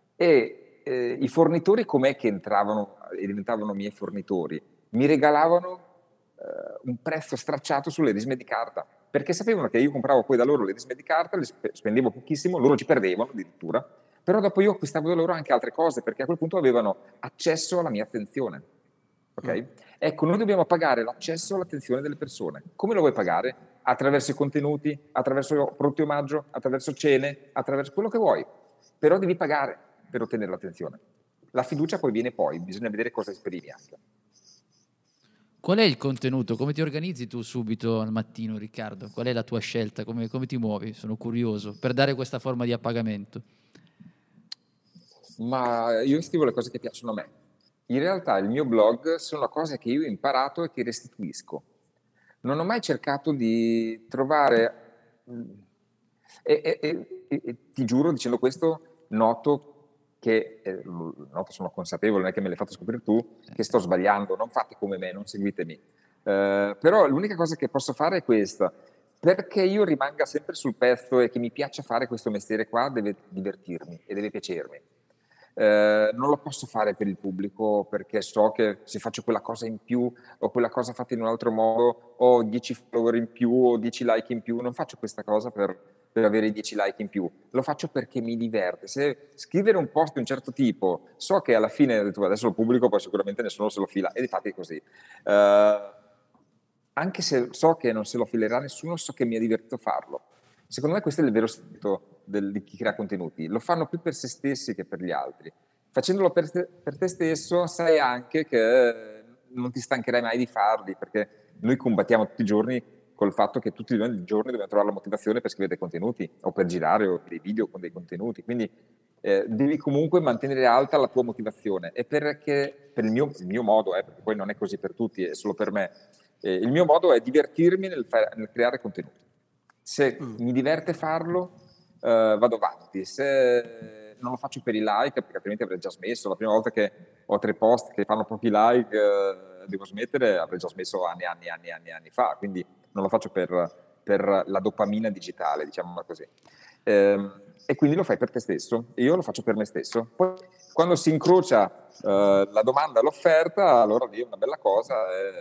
e eh, i fornitori com'è che entravano e diventavano miei fornitori? Mi regalavano eh, un prezzo stracciato sulle risme di carta, perché sapevano che io compravo poi da loro le risme di carta, le spendevo pochissimo, loro ci perdevano addirittura, però dopo io acquistavo da loro anche altre cose, perché a quel punto avevano accesso alla mia attenzione. Ok? Mm. Ecco, noi dobbiamo pagare l'accesso all'attenzione delle persone. Come lo vuoi pagare? attraverso i contenuti, attraverso prodotti omaggio, attraverso cene, attraverso quello che vuoi, però devi pagare per ottenere l'attenzione. La fiducia poi viene poi, bisogna vedere cosa esprimi anche. Qual è il contenuto? Come ti organizzi tu subito al mattino, Riccardo? Qual è la tua scelta? Come, come ti muovi? Sono curioso, per dare questa forma di appagamento. Ma io scrivo le cose che piacciono a me. In realtà il mio blog sono cose che io ho imparato e che restituisco. Non ho mai cercato di trovare... E, e, e, e ti giuro, dicendo questo, noto che, eh, noto, sono consapevole, non è che me l'hai fatto scoprire tu, che sto sbagliando, non fate come me, non seguitemi. Eh, però l'unica cosa che posso fare è questa, perché io rimanga sempre sul pezzo e che mi piaccia fare questo mestiere qua, deve divertirmi e deve piacermi. Eh, non lo posso fare per il pubblico, perché so che se faccio quella cosa in più o quella cosa fatta in un altro modo ho dieci follower in più o dieci like in più. Non faccio questa cosa per, per avere dieci like in più, lo faccio perché mi diverte. Se scrivere un post di un certo tipo, so che alla fine adesso lo pubblico, poi sicuramente nessuno se lo fila, e infatti è così. Eh, anche se so che non se lo filerà nessuno, so che mi è divertito farlo. Secondo me questo è il vero segreto del, di chi crea contenuti. Lo fanno più per se stessi che per gli altri. Facendolo per te, per te stesso, sai anche che non ti stancherai mai di farli, perché noi combattiamo tutti i giorni col fatto che tutti i giorni dobbiamo trovare la motivazione per scrivere dei contenuti, o per girare o dei video con dei contenuti. Quindi eh, devi comunque mantenere alta la tua motivazione. E perché, per il mio, il mio modo, eh, perché poi non è così per tutti, è solo per me, eh, il mio modo è divertirmi nel, fa- nel creare contenuti. Se mm. mi diverte farlo, uh, vado avanti. Se non lo faccio per i like, perché altrimenti avrei già smesso. La prima volta che ho tre post che fanno pochi like, uh, devo smettere, avrei già smesso anni, anni, anni, anni, anni fa. Quindi non lo faccio per, per la dopamina digitale, diciamo così. Ehm, e quindi lo fai per te stesso. Io lo faccio per me stesso. Poi, quando si incrocia uh, la domanda e l'offerta, allora lì è una bella cosa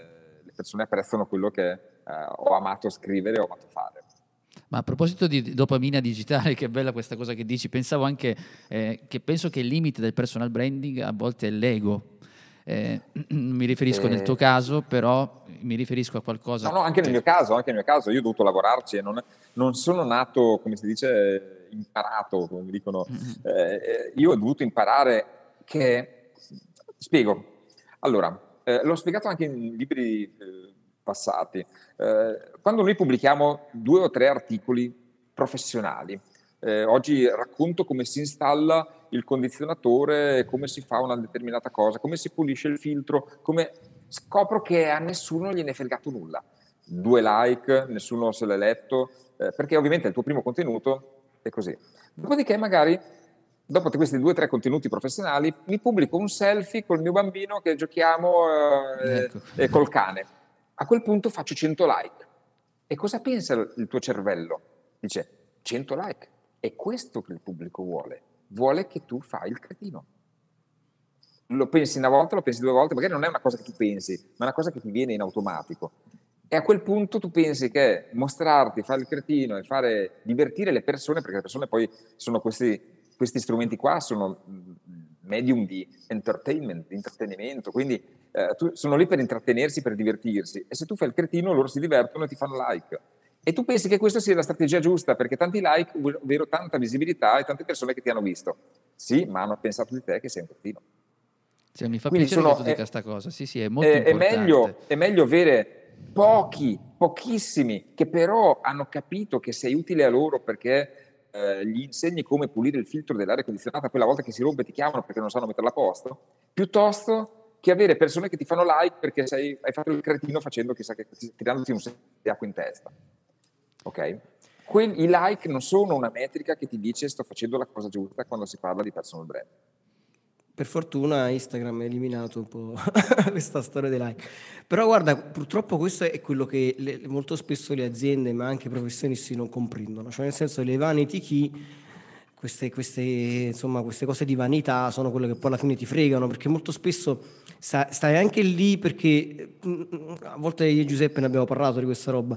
e le persone apprezzano quello che uh, ho amato scrivere, ho amato fare. Ma a proposito di dopamina digitale, che bella questa cosa che dici, pensavo anche eh, che penso che il limite del personal branding a volte è l'ego. Eh, mi riferisco eh, nel tuo caso, però mi riferisco a qualcosa... No, no, anche nel mio caso, anche nel mio caso, io ho dovuto lavorarci e non, non sono nato, come si dice, imparato, come dicono. Eh, io ho dovuto imparare che... Spiego. Allora, eh, l'ho spiegato anche in libri... Eh, passati. Eh, quando noi pubblichiamo due o tre articoli professionali, eh, oggi racconto come si installa il condizionatore, come si fa una determinata cosa, come si pulisce il filtro, come scopro che a nessuno gliene è fregato nulla. Due like, nessuno se l'è letto, eh, perché ovviamente è il tuo primo contenuto è così. Dopodiché magari, dopo questi due o tre contenuti professionali, mi pubblico un selfie col mio bambino che giochiamo eh, ecco. eh, col cane. A quel punto faccio cento like. E cosa pensa il tuo cervello? Dice, cento like. È questo che il pubblico vuole. Vuole che tu fai il cretino. Lo pensi una volta, lo pensi due volte, magari non è una cosa che tu pensi, ma è una cosa che ti viene in automatico. E a quel punto tu pensi che mostrarti, fare il cretino e fare divertire le persone, perché le persone poi sono questi, questi strumenti qua, sono medium di entertainment, di intrattenimento, quindi Eh, tu, sono lì per intrattenersi, per divertirsi, e se tu fai il cretino loro si divertono e ti fanno like, e tu pensi che questa sia la strategia giusta perché tanti like, ovvero tanta visibilità e tante persone che ti hanno visto. Sì, ma hanno pensato di te che sei un cretino. Cioè, mi fa Quindi piacere sono, che tu dica questa cosa. Sì, sì, è molto è, importante. È meglio, è meglio avere pochi, pochissimi che però hanno capito che sei utile a loro perché eh, gli insegni come pulire il filtro dell'aria condizionata, quella volta che si rompe ti chiamano perché non sanno metterla a posto, piuttosto che avere persone che ti fanno like perché sei, hai fatto il cretino facendo chissà che tirandoti un secchio di acqua in testa. Ok? Quelli, i like non sono una metrica che ti dice sto facendo la cosa giusta quando si parla di personal brand. Per fortuna Instagram ha eliminato un po' questa storia dei like. Però guarda, purtroppo questo è quello che le, molto spesso le aziende, ma anche i professionisti non comprendono. Cioè nel senso, le vanity key, queste, queste, insomma, queste cose di vanità sono quelle che poi alla fine ti fregano, perché molto spesso stai anche lì perché a volte io e Giuseppe ne abbiamo parlato di questa roba.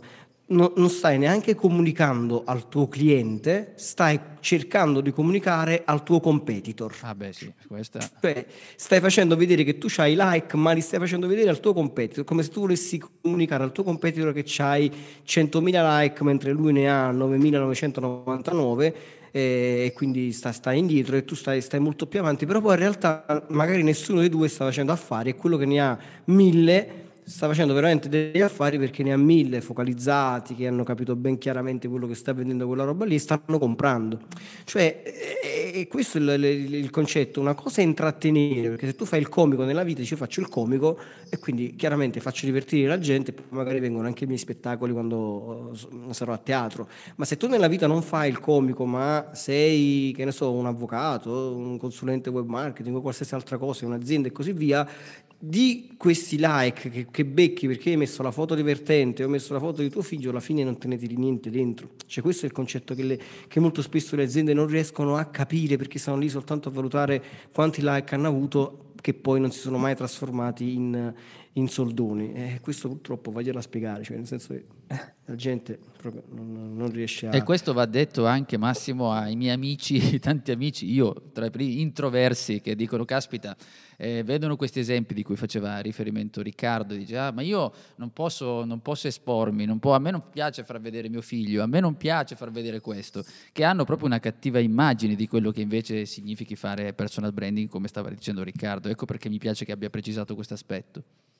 no- non stai neanche comunicando al tuo cliente, stai cercando di comunicare al tuo competitor. Ah beh sì, questa... Cioè, stai facendo vedere che tu c'hai like, ma li stai facendo vedere al tuo competitor, come se tu volessi comunicare al tuo competitor che c'hai centomila like mentre lui ne ha novemilanovecentovantanove, eh, e quindi sta, stai indietro e tu stai, stai molto più avanti, però poi in realtà magari nessuno dei due sta facendo affari e quello che ne ha mille sta facendo veramente degli affari perché ne ha mille focalizzati che hanno capito ben chiaramente quello che sta vendendo quella roba lì e stanno comprando. Cioè, e, e questo è il, il- il concetto. Una cosa è intrattenere, perché se tu fai il comico nella vita, dici io faccio il comico e quindi chiaramente faccio divertire la gente, poi magari vengono anche i miei spettacoli quando eh, sarò a teatro. Ma se tu nella vita non fai il comico, ma sei, che ne so, un avvocato, un consulente web marketing o qualsiasi altra cosa, un'azienda e così via, di questi like che, che becchi perché hai messo la foto divertente o hai messo la foto di tuo figlio, alla fine non te ne tiri niente dentro. Cioè, questo è il concetto che, le, che molto spesso le aziende non riescono a capire perché stanno lì soltanto a valutare quanti like hanno avuto, che poi non si sono mai trasformati in, in soldoni. E questo purtroppo vaglielo a spiegare, cioè nel senso che la gente proprio non, non riesce E a... questo va detto anche, Massimo, ai miei amici, tanti amici, io tra i primi introversi, che dicono, caspita, eh, vedono questi esempi di cui faceva riferimento Riccardo, dice, ah, ma io non posso, non posso espormi, non può- a me non piace far vedere mio figlio, a me non piace far vedere questo, che hanno proprio una cattiva immagine di quello che invece significhi fare personal branding, come stava dicendo Riccardo. Ecco perché mi piace che abbia precisato questo aspetto.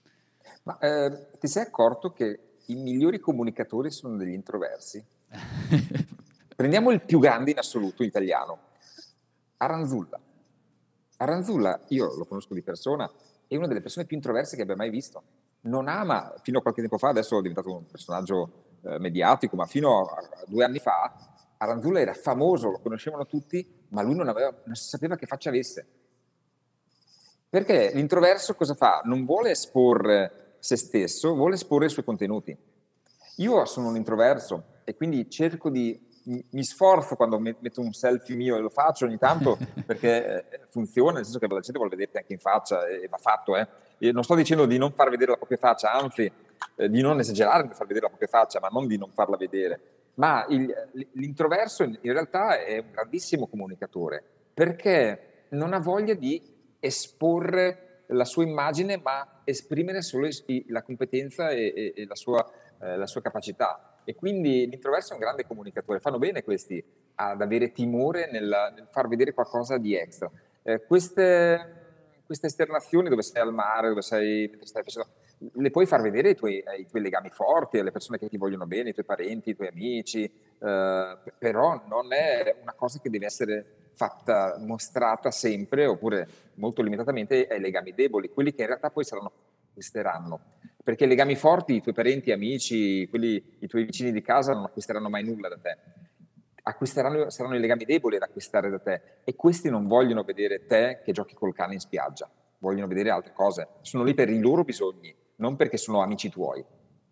Ma eh, ti sei accorto che i migliori comunicatori sono degli introversi? Prendiamo il più grande in assoluto italiano, Aranzulla. Aranzulla, io lo conosco di persona, è una delle persone più introverse che abbia mai visto. Non ama, fino a qualche tempo fa, adesso è diventato un personaggio eh, mediatico, ma fino a, a due anni fa Aranzulla era famoso, lo conoscevano tutti, ma lui non, aveva, non si sapeva che faccia avesse. Perché l'introverso cosa fa? Non vuole esporre se stesso, vuole esporre i suoi contenuti. Io sono un introverso e quindi cerco di, mi sforzo quando metto un selfie mio e lo faccio ogni tanto perché eh, funziona, nel senso che la gente vuole vederti anche in faccia e va fatto. Eh. E non sto dicendo di non far vedere la propria faccia, anzi eh, di non esagerare nel far vedere la propria faccia, ma non di non farla vedere. Ma il, l'introverso in realtà è un grandissimo comunicatore perché non ha voglia di esporre la sua immagine, ma esprimere solo la competenza e, e, e la, sua, eh, la sua capacità. E quindi l'introverso è un grande comunicatore. Fanno bene questi ad avere timore nel, nel far vedere qualcosa di extra. Eh, queste, queste esternazioni dove sei al mare, dove sei, mentre stai facendo, le puoi far vedere ai tuoi, ai tuoi legami forti, alle persone che ti vogliono bene, i tuoi parenti, i tuoi amici, eh, però non è una cosa che deve essere fatta, mostrata sempre, oppure molto limitatamente ai legami deboli, quelli che in realtà poi saranno, acquisteranno. Perché i legami forti, i tuoi parenti, amici, quelli, i tuoi vicini di casa non acquisteranno mai nulla da te. Acquisteranno, saranno i legami deboli ad acquistare da te e questi non vogliono vedere te che giochi col cane in spiaggia, vogliono vedere altre cose. Sono lì per i loro bisogni, non perché sono amici tuoi.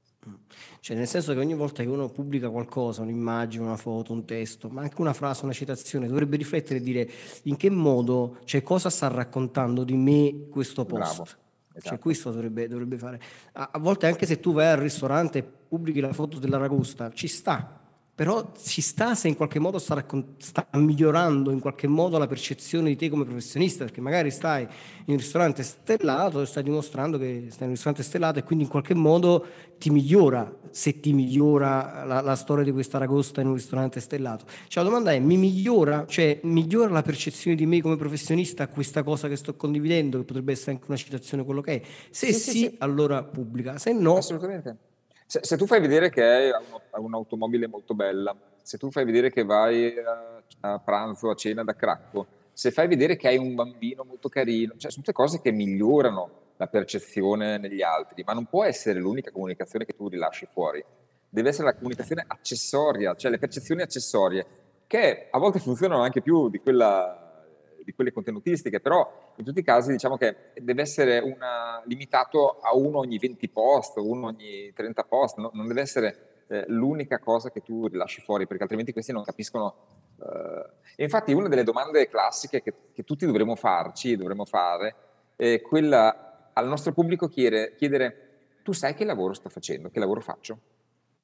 Cioè, nel senso che ogni volta che uno pubblica qualcosa, un'immagine, una foto, un testo, ma anche una frase, una citazione, dovrebbe riflettere e dire in che modo, cioè cosa sta raccontando di me questo post. Bravo, Cioè, esatto. questo dovrebbe, dovrebbe fare. A, a volte anche se tu vai al ristorante e pubblichi la foto dell'aragosta, ci sta. Però ci sta se in qualche modo sta, raccon- sta migliorando in qualche modo la percezione di te come professionista, perché magari stai in un ristorante stellato e stai dimostrando che stai in un ristorante stellato e quindi in qualche modo ti migliora, se ti migliora la, la storia di questa aragosta in un ristorante stellato. Cioè la domanda è, mi migliora? Cioè migliora la percezione di me come professionista questa cosa che sto condividendo, che potrebbe essere anche una citazione, quello che è? Se sì, Sì, sì, sì, sì. allora pubblica, se no... Assolutamente. Se, se tu fai vedere che hai un'automobile molto bella, se tu fai vedere che vai a, a pranzo, a cena da Cracco, se fai vedere che hai un bambino molto carino, cioè sono tutte cose che migliorano la percezione negli altri, ma non può essere l'unica comunicazione che tu rilasci fuori. Deve essere la comunicazione accessoria, cioè le percezioni accessorie, che a volte funzionano anche più di quella di quelle contenutistiche, però in tutti i casi diciamo che deve essere una, limitato a uno ogni venti post, uno ogni trenta post, no? Non deve essere eh, l'unica cosa che tu rilasci fuori, perché altrimenti questi non capiscono. Eh. E infatti una delle domande classiche che, che tutti dovremmo farci, dovremmo fare, è quella al nostro pubblico chiedere, chiedere tu sai che lavoro sto facendo, che lavoro faccio?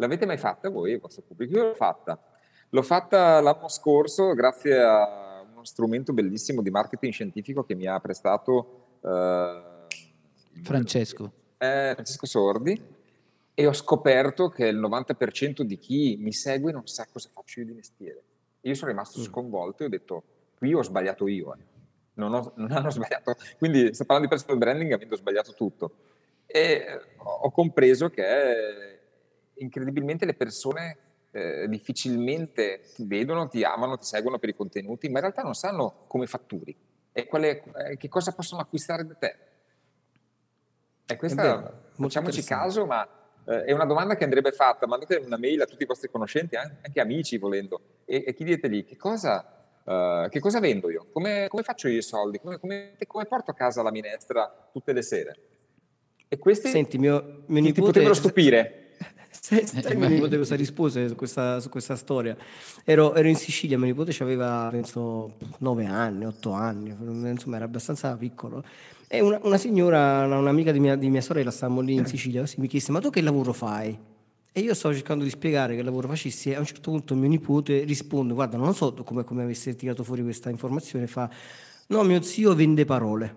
L'avete mai fatta voi, il vostro pubblico? Io l'ho fatta. L'ho fatta l'anno scorso grazie a uno strumento bellissimo di marketing scientifico che mi ha prestato eh, Francesco. Eh, Francesco Sordi, e ho scoperto che il novanta per cento di chi mi segue non sa cosa faccio io di mestiere. Io sono rimasto sconvolto e ho detto, qui ho sbagliato io, eh. non, ho, non hanno sbagliato. Quindi sto parlando di personal branding avendo sbagliato tutto. E ho compreso che incredibilmente le persone eh, difficilmente ti vedono, ti amano, ti seguono per i contenuti, ma in realtà non sanno come fatturi e quale, eh, che cosa possono acquistare da te. E questa, vero, facciamoci caso, ma eh, è una domanda che andrebbe fatta. Mandate una mail a tutti i vostri conoscenti, anche, anche amici volendo, e, e chiedetegli che cosa... Uh, che cosa vendo io? Come, come faccio io i soldi? Come, come, come porto a casa la minestra tutte le sere? E questi Senti, mio, mio ti, nipote, ti potrebbero stupire. Sai, sai mio nipote cosa rispose su questa, su questa storia? Ero, ero in Sicilia, mio nipote aveva penso nove anni, otto anni, insomma era abbastanza piccolo. E una, una signora, una, un'amica di mia, di mia sorella, stavamo lì in Sicilia, così mi chiese: ma tu che lavoro fai? E io stavo cercando di spiegare che lavoro facessi, e a un certo punto mio nipote risponde: guarda, non so come, come avesse tirato fuori questa informazione, fa: no, mio zio vende parole.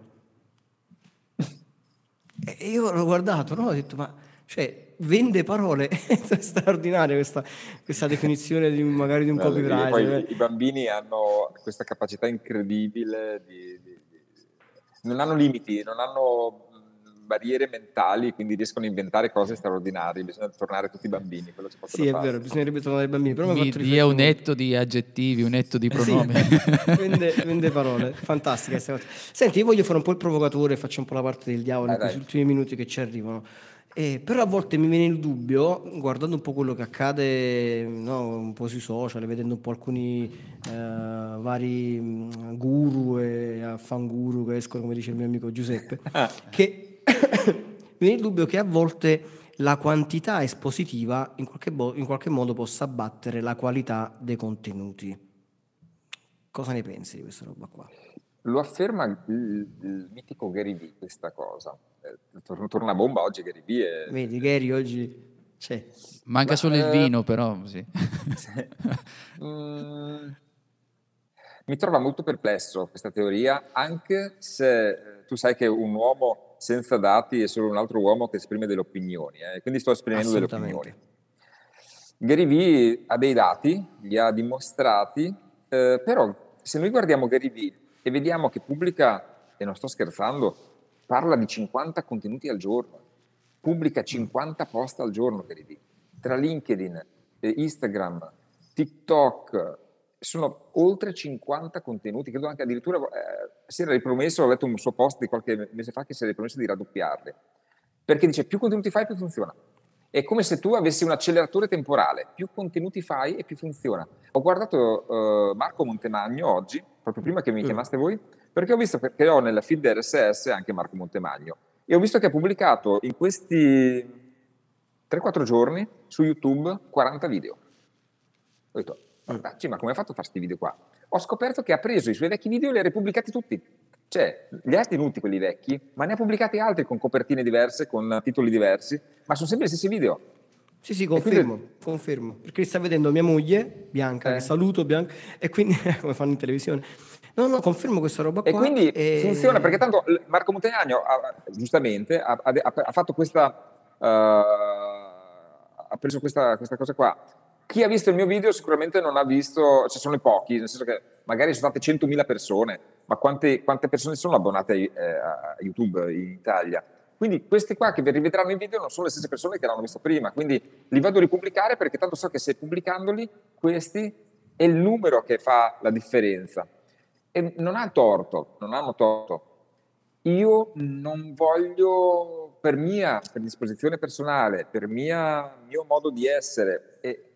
E io l'ho guardato, no? Ho detto: ma cioè, vende parole? È straordinaria questa, questa definizione di un, magari di un No, copywriter. poi i bambini hanno questa capacità incredibile di, di, di, non hanno limiti, non hanno barriere mentali, quindi riescono a inventare cose straordinarie. Bisogna tornare tutti bambini, quello si può Sì, è fare. vero, bisognerebbe tornare ai bambini. Però Mi dia un etto di aggettivi, un etto di pronomi. Sì, vende, vende parole, fantastica. Senti, io voglio fare un po' il provocatore, faccio un po' la parte del diavolo dai, in questi dai. ultimi minuti che ci arrivano. Eh, però a volte mi viene il dubbio, guardando un po' quello che accade, no, un po' sui social, vedendo un po' alcuni eh, vari mh, guru e affanguru che escono, come dice il mio amico Giuseppe, che mi viene il dubbio che a volte la quantità espositiva in qualche, bo- in qualche modo possa abbattere la qualità dei contenuti. Cosa ne pensi di questa roba qua? Lo afferma il, il mitico Gary Vee questa cosa. Eh, tor- torna a bomba oggi Gary Vee. È... Vedi, Gary oggi c'è. Manca Ma, solo eh, il vino, però sì. mm, mi trova molto perplesso questa teoria, anche se eh, tu sai che un uomo senza dati è solo un altro uomo che esprime delle opinioni, eh, quindi sto esprimendo delle opinioni. Gary Vee ha dei dati, li ha dimostrati, eh, però se noi guardiamo Gary Vee e vediamo che pubblica, e non sto scherzando, parla di cinquanta contenuti al giorno, pubblica cinquanta post al giorno Gary Vee, tra LinkedIn, eh, Instagram, TikTok, sono oltre cinquanta contenuti, credo anche addirittura eh, si era ripromesso, ho letto un suo post di qualche mese fa che si era ripromesso di raddoppiarli, perché dice più contenuti fai più funziona. È come se tu avessi un acceleratore temporale, più contenuti fai e più funziona. Ho guardato uh, Marco Montemagno oggi, proprio prima che mi mm. chiamaste voi, perché ho visto che ho nella feed R S S anche Marco Montemagno, e ho visto che ha pubblicato in questi tre quattro giorni su YouTube quaranta video. Ho detto, guardacci, ma come ha fatto a fare questi video qua? Ho scoperto che ha preso i suoi vecchi video e li ha ripubblicati tutti. Cioè, li ha tenuti quelli vecchi, ma ne ha pubblicati altri con copertine diverse, con titoli diversi, ma sono sempre gli stessi video. Sì, sì, confermo, quindi... confermo. Perché sta vedendo mia moglie, Bianca, eh. che saluto, Bianca, e quindi, come fanno in televisione. No, no, confermo questa roba qua. E quindi e... funziona, perché tanto Marco Montemagno, ha, giustamente, ha, ha, ha fatto questa... Uh, ha preso questa, questa cosa qua. Chi ha visto il mio video sicuramente non ha visto, cioè sono pochi, nel senso che magari sono state centomila persone, ma quante, quante persone sono abbonate eh, a YouTube in Italia? Quindi queste qua che vi rivedranno i video non sono le stesse persone che l'hanno visto prima, quindi li vado a ripubblicare perché tanto so che se pubblicandoli questi è il numero che fa la differenza. E non ha torto, non hanno torto. Io non voglio, per mia predisposizione personale, per mia, mio modo di essere, e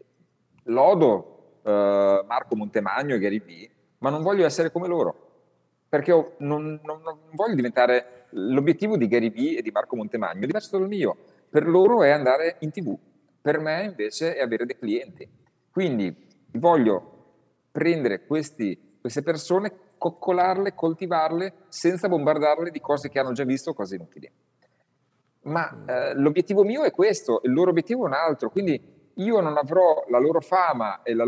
lodo eh, Marco Montemagno e Gary Vee, ma non voglio essere come loro, perché ho, non, non, non voglio diventare l'obiettivo di Gary Vee e di Marco Montemagno, è diverso dal mio. Per loro è andare in tivù, per me invece è avere dei clienti. Quindi voglio prendere questi, queste persone, coccolarle, coltivarle senza bombardarle di cose che hanno già visto, cose inutili. Ma eh, l'obiettivo mio è questo, il loro obiettivo è un altro, quindi io non avrò la loro fama e la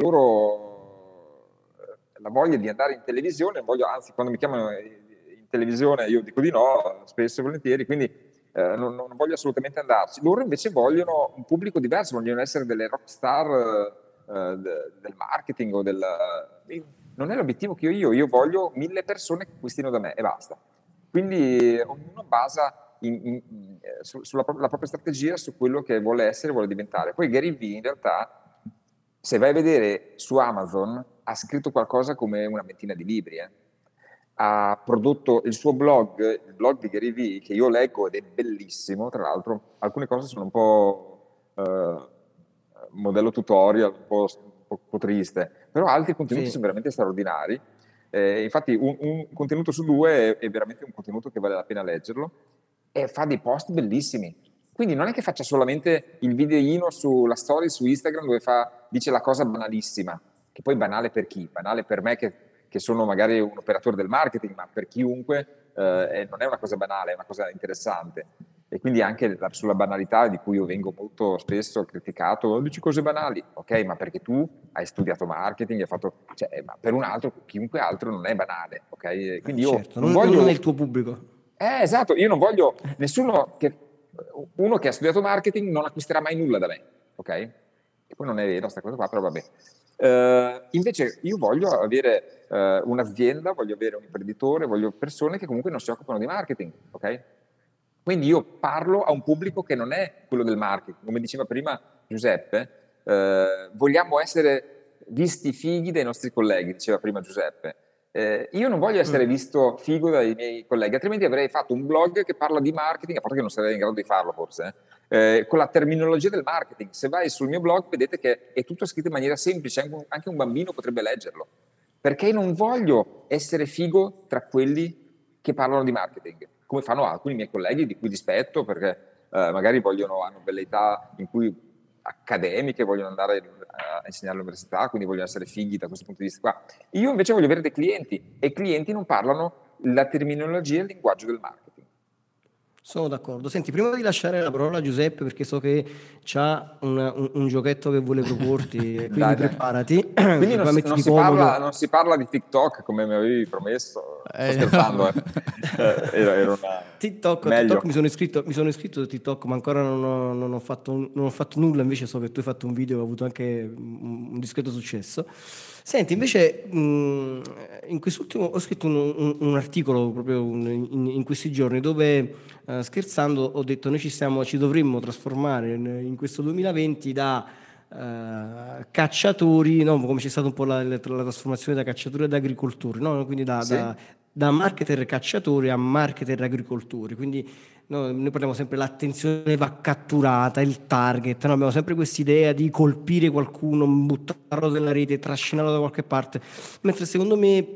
loro la voglia di andare in televisione, voglio, anzi quando mi chiamano in televisione io dico di no, spesso e volentieri, quindi eh, non, non voglio assolutamente andarci. Loro invece vogliono un pubblico diverso, vogliono essere delle rock star eh, de, del marketing o del... Eh, non è l'obiettivo che ho io, io voglio mille persone che acquistino da me e basta. Quindi ognuno basa in, in, in, su, sulla la propria strategia, su quello che vuole essere, vuole diventare. Poi Gary Vee in realtà, se vai a vedere su Amazon, ha scritto qualcosa come una ventina di libri. Eh. Ha prodotto il suo blog, il blog di Gary Vee, che io leggo ed è bellissimo, tra l'altro. Alcune cose sono un po' eh, modello tutorial, un po', un po', un po' triste, però altri contenuti sì. sono veramente straordinari. Eh, infatti un, un contenuto su due è, è veramente un contenuto che vale la pena leggerlo e fa dei post bellissimi. Quindi non è che faccia solamente il videino sulla story su Instagram dove fa, dice la cosa banalissima, che poi banale per chi? Banale per me che, che sono magari un operatore del marketing, ma per chiunque eh, non è una cosa banale, è una cosa interessante. E quindi anche la, sulla banalità di cui io vengo molto spesso criticato, dici cose banali, ok, ma perché tu hai studiato marketing, hai fatto, cioè, ma per un altro, chiunque altro non è banale, ok? Quindi io certo, non, non voglio... non è il tuo pubblico. Eh, esatto, io non voglio nessuno che, uno che ha studiato marketing non acquisterà mai nulla da me, ok? E poi non è vero sta cosa qua, però vabbè. Uh, invece io voglio avere uh, un'azienda, voglio avere un imprenditore, voglio persone che comunque non si occupano di marketing, ok? Quindi io parlo a un pubblico che non è quello del marketing. Come diceva prima Giuseppe, eh, vogliamo essere visti fighi dai nostri colleghi, diceva prima Giuseppe. Eh, io non voglio essere visto figo dai miei colleghi, altrimenti avrei fatto un blog che parla di marketing, a parte che non sarei in grado di farlo forse, eh, con la terminologia del marketing. Se vai sul mio blog vedete che è tutto scritto in maniera semplice, anche un bambino potrebbe leggerlo. Perché non voglio essere figo tra quelli che parlano di marketing, come fanno alcuni miei colleghi di cui dispetto, perché eh, magari vogliono, hanno velleità in cui accademiche, vogliono andare a insegnare all'università, quindi vogliono essere fighi da questo punto di vista qua. Io invece voglio avere dei clienti e i clienti non parlano la terminologia e il linguaggio del marketing. Sono d'accordo. Senti, prima di lasciare la parola a Giuseppe, perché so che c'ha una, un, un giochetto che vuole proporti, quindi dai, preparati. Quindi non, si, non, si parla, non si parla di TikTok come mi avevi promesso. Sto eh, scherzando, eh. era, era una... TikTok, TikTok mi sono iscritto, mi sono iscritto a TikTok, ma ancora non ho, non, ho fatto, non ho fatto nulla. Invece so che tu hai fatto un video e hai avuto anche un, un discreto successo. Senti, invece mh, in quest'ultimo ho scritto un, un, un articolo proprio in, in questi giorni dove uh, scherzando ho detto noi ci, stiamo, ci dovremmo trasformare in, in questo duemilaventi da uh, cacciatori, no, come c'è stata un po' la, la, la trasformazione da cacciatori ad agricoltori, no? Quindi da, sì. da, da marketer cacciatori a marketer agricoltori, quindi no, noi parliamo sempre l'attenzione va catturata, il target, no? Abbiamo sempre questa idea di colpire qualcuno, buttarlo nella rete, trascinarlo da qualche parte, mentre secondo me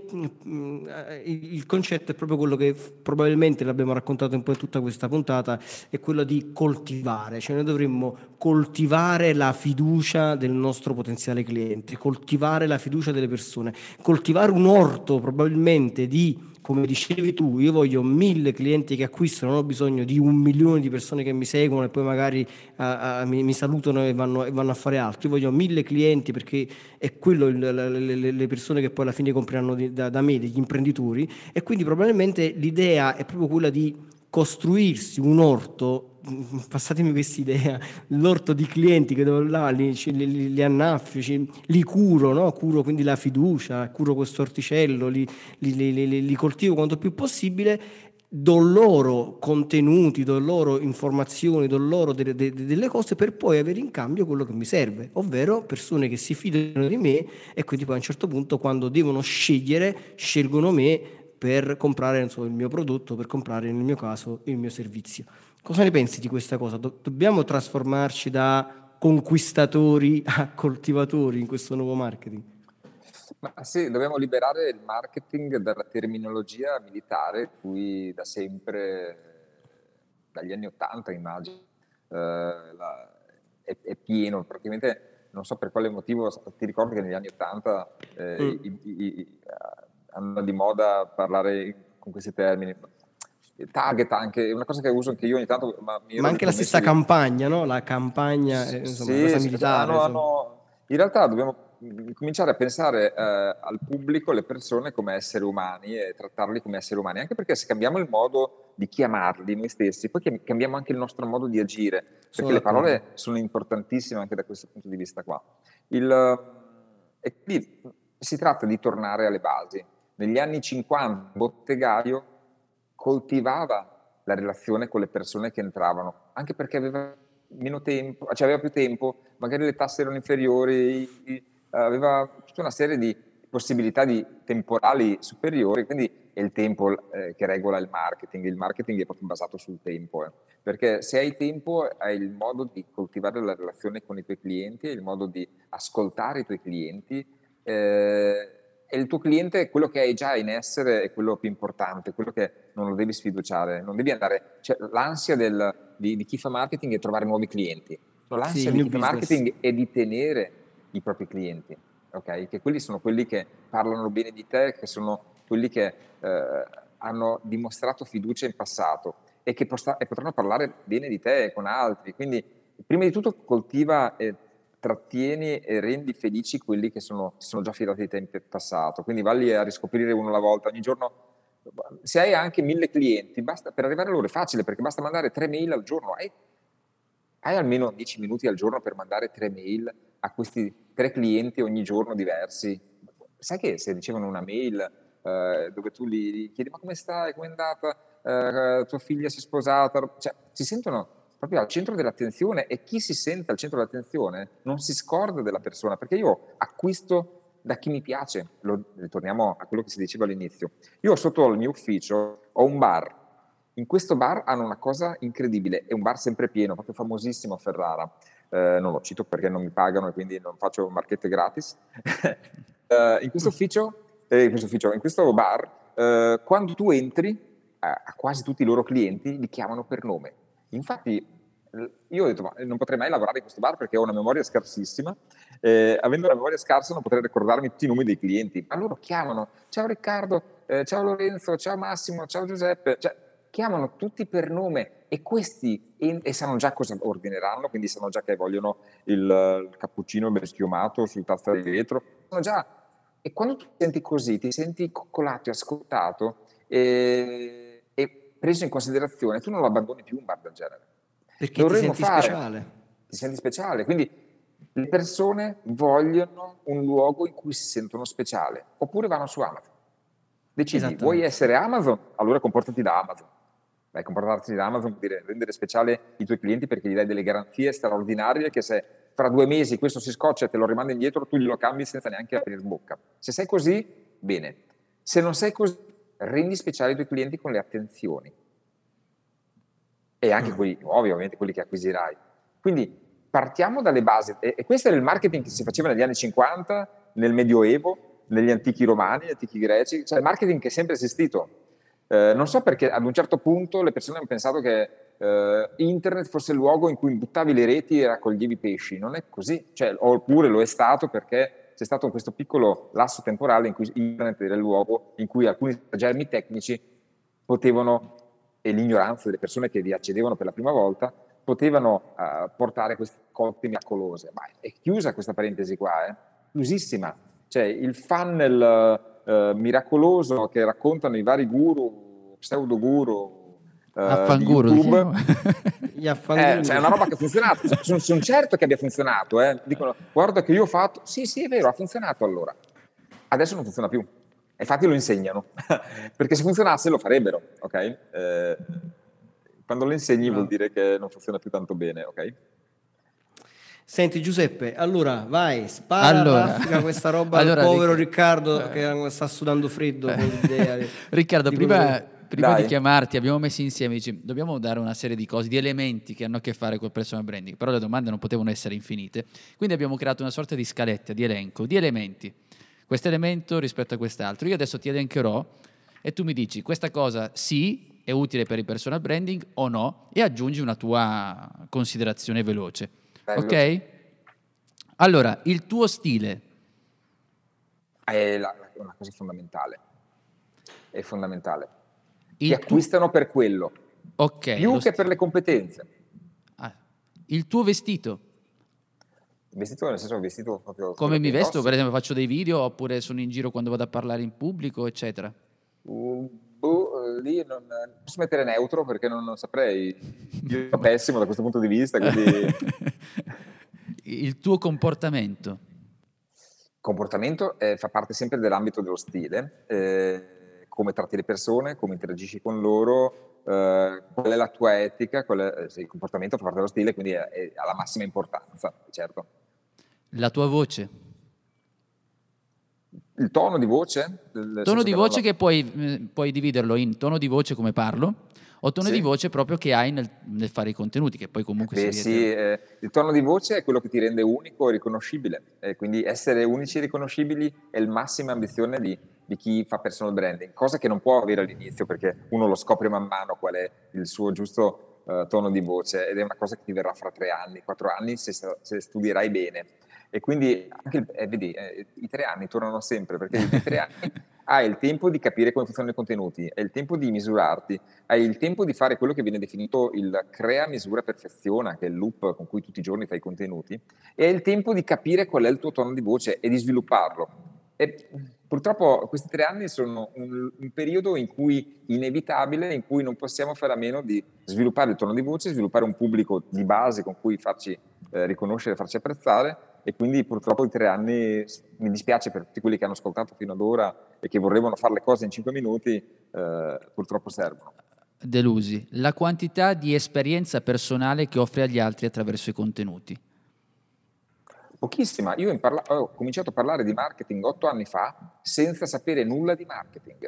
il concetto è proprio quello che probabilmente l'abbiamo raccontato un po' in tutta questa puntata, è quello di coltivare, cioè noi dovremmo coltivare la fiducia del nostro potenziale cliente, coltivare la fiducia delle persone, coltivare un orto probabilmente di, come dicevi tu, io voglio mille clienti che acquistano, non ho bisogno di un milione di persone che mi seguono e poi magari uh, uh, mi, mi salutano e vanno, e vanno a fare altro. Io voglio mille clienti perché è quello il, le, le persone che poi alla fine compreranno di, da, da me, degli imprenditori, e quindi probabilmente l'idea è proprio quella di costruirsi un orto, passatemi questa idea, l'orto di clienti che devo là, li, li, li annaffio, ci, li curo, no? Curo quindi la fiducia, curo questo orticello, li, li, li, li coltivo quanto più possibile, do loro contenuti, do loro informazioni, do loro delle, delle, delle cose per poi avere in cambio quello che mi serve, ovvero persone che si fidano di me e quindi poi a un certo punto quando devono scegliere, scelgono me per comprare insomma, il mio prodotto, per comprare nel mio caso il mio servizio. Cosa ne pensi di questa cosa? Do- dobbiamo trasformarci da conquistatori a coltivatori in questo nuovo marketing? Ma sì, dobbiamo liberare il marketing dalla terminologia militare, cui da sempre, dagli anni Ottanta immagino, eh, la, è, è pieno, praticamente non so per quale motivo, ti ricordi che negli anni Ottanta eh, mm. i, i, i, andava di moda parlare con questi termini. target anche, una cosa che uso anche io ogni tanto, ma, mi Ma anche la stessa di... campagna, no? La campagna, eh, insomma, sì, la cosa sì, militare. hanno, hanno... In realtà dobbiamo cominciare a pensare eh, al pubblico, alle persone come esseri umani e trattarli come esseri umani, anche perché se cambiamo il modo di chiamarli noi stessi, poi cambiamo anche il nostro modo di agire, perché Sono le d'accordo. parole sono importantissime anche da questo punto di vista qua. Il, e quindi si tratta di tornare alle basi. Negli anni cinquanta il bottegaio coltivava la relazione con le persone che entravano, anche perché aveva meno tempo, cioè aveva più tempo, magari le tasse erano inferiori, aveva tutta una serie di possibilità di temporali superiori, quindi è il tempo eh, che regola il marketing. Il marketing è proprio basato sul tempo, eh. Perché se hai tempo hai il modo di coltivare la relazione con i tuoi clienti, hai il modo di ascoltare i tuoi clienti, eh, e il tuo cliente, quello che hai già in essere, è quello più importante, quello che non lo devi sfiduciare, non devi andare, cioè, l'ansia del, di, di chi fa marketing è trovare nuovi clienti, l'ansia Sì, di new chi fa business. marketing è di tenere i propri clienti, ok? Che quelli sono quelli che parlano bene di te, che sono quelli che eh, hanno dimostrato fiducia in passato e che posta- e potranno parlare bene di te con altri. Quindi, prima di tutto, coltiva e trattieni e rendi felici quelli che sono, si sono già fidati di te in passato. Quindi valli a riscoprire uno alla volta. Ogni giorno, se hai anche mille clienti, basta, per arrivare a loro è facile, perché basta mandare tre mail al giorno. Hai, hai almeno dieci minuti al giorno per mandare tre mail a questi tre clienti ogni giorno diversi. Sai che se ricevono una mail eh, dove tu gli, gli chiedi ma come stai, come è andata, eh, tua figlia si è sposata, cioè si sentono proprio al centro dell'attenzione, e chi si sente al centro dell'attenzione non si scorda della persona, perché io acquisto da chi mi piace. Lo, ritorniamo a quello che si diceva all'inizio. Io sotto al mio ufficio ho un bar. In questo bar hanno una cosa incredibile, è un bar sempre pieno, proprio famosissimo a Ferrara. Eh, non lo cito perché non mi pagano e quindi non faccio marchette gratis. eh, in questo ufficio, eh, in questo ufficio, in questo bar, eh, quando tu entri, eh, a quasi tutti i loro clienti li chiamano per nome. Infatti io ho detto, ma non potrei mai lavorare in questo bar perché ho una memoria scarsissima, eh, avendo una memoria scarsa non potrei ricordarmi tutti i nomi dei clienti, ma loro chiamano, ciao Riccardo, eh, ciao Lorenzo, ciao Massimo, ciao Giuseppe, cioè chiamano tutti per nome, e questi e, e sanno già cosa ordineranno, quindi sanno già che vogliono il, il cappuccino ben schiumato sul tazza di vetro, sanno già. E quando tu ti senti così, ti senti coccolato e ascoltato e, e preso in considerazione, tu non lo abbandoni più un bar del genere. Perché Dovremmo ti senti fare, speciale. ti senti speciale, quindi le persone vogliono un luogo in cui si sentono speciali, oppure vanno su Amazon. Decidi, vuoi essere Amazon? Allora comportati da Amazon. Beh, comportarsi da Amazon vuol dire rendere speciale i tuoi clienti, perché gli dai delle garanzie straordinarie che se fra due mesi questo si scoccia e te lo rimanda indietro, tu glielo cambi senza neanche aprire bocca. Se sei così, bene. Se non sei così, rendi speciali i tuoi clienti con le attenzioni. E anche mm. quelli nuovi, ovviamente, quelli che acquisirai. Quindi partiamo dalle basi. E, e questo era il marketing che si faceva negli anni cinquanta, nel Medioevo, negli antichi romani, negli antichi greci, cioè il marketing che è sempre esistito. Eh, non so perché ad un certo punto le persone hanno pensato che eh, internet fosse il luogo in cui buttavi le reti e raccoglievi pesci. Non è così, cioè, oppure lo è stato perché c'è stato questo piccolo lasso temporale in cui internet era il luogo in cui alcuni stratagemmi tecnici potevano, e l'ignoranza delle persone che vi accedevano per la prima volta, potevano uh, portare queste cotte miracolose. Ma è chiusa questa parentesi qua, eh? Chiusissima. Cioè il funnel uh, miracoloso che raccontano i vari guru, pseudo guru uh, di YouTube, eh, cioè è una roba che ha funzionato. sono, sono certo che abbia funzionato. Eh? Dicono, guarda che io ho fatto, sì sì è vero, ha funzionato allora. Adesso non funziona più. Infatti lo insegnano, perché se funzionasse lo farebbero, ok? Eh, quando lo insegni Bravo. Vuol dire che non funziona più tanto bene, ok? Senti Giuseppe, allora vai, spara allora, raffica questa roba allora, al povero Ric- Riccardo che sta sudando freddo con l'idea di, Riccardo, di prima, che... prima di chiamarti abbiamo messo insieme, dici, dobbiamo dare una serie di cose, di elementi che hanno a che fare col personal branding, però le domande non potevano essere infinite, quindi abbiamo creato una sorta di scaletta, di elenco, di elementi. Questo elemento rispetto a quest'altro. Io adesso ti elencherò e tu mi dici questa cosa sì, è utile per il personal branding o no, e aggiungi una tua considerazione veloce. Bello. Ok? Allora, il tuo stile. È la, una cosa fondamentale. È fondamentale. ti Il acquistano tu- per quello, Ok, più lo che sti- per le competenze. ah, il tuo vestito. Vestito nel senso vestito proprio Come quello che mi vesto? indossi. Per esempio, faccio dei video oppure sono in giro quando vado a parlare in pubblico, eccetera. Uh, boh, eh, lì non non posso mettere neutro perché non, non saprei. Io sono pessimo da questo punto di vista, quindi Il tuo comportamento. comportamento eh, fa parte sempre dell'ambito dello stile, eh, come tratti le persone, come interagisci con loro, eh, qual è la tua etica, qual è, eh, sì, il comportamento fa parte dello stile, quindi è, è- ha la massima importanza, certo. La tua voce. Il tono di voce, nel Tono senso di che non voce ho- che puoi, eh, puoi dividerlo in tono di voce come parlo o tono di Sì. voce proprio che hai nel, nel fare i contenuti, che poi comunque si Beh vede. sì, eh, il tono di voce è quello che ti rende unico e riconoscibile, e quindi essere unici e riconoscibili è il massima ambizione di, di chi fa personal branding, cosa che non può avere all'inizio perché uno lo scopre man mano qual è il suo giusto eh, tono di voce ed è una cosa che ti verrà fra tre anni, quattro anni se, se studierai bene. E quindi anche il- eh, vedi, eh, i tre anni tornano sempre perché i tre anni hai il tempo di capire come funzionano i contenuti, hai il tempo di misurarti, hai il tempo di fare quello che viene definito il crea, misura, perfeziona, che è il loop con cui tutti i giorni fai i contenuti, e hai il tempo di capire qual è il tuo tono di voce e di svilupparlo. E purtroppo questi tre anni sono un, un periodo in cui inevitabile, in cui non possiamo fare a meno di sviluppare il tono di voce, sviluppare un pubblico di base con cui farci eh, riconoscere, farci apprezzare, e quindi purtroppo i tre anni, mi dispiace per tutti quelli che hanno ascoltato fino ad ora e che vorrebbero fare le cose in cinque minuti, eh, purtroppo servono. Delusi. La quantità di esperienza personale che offri agli altri attraverso i contenuti. Pochissima. Io imparla- ho cominciato a parlare di marketing otto anni fa senza sapere nulla di marketing.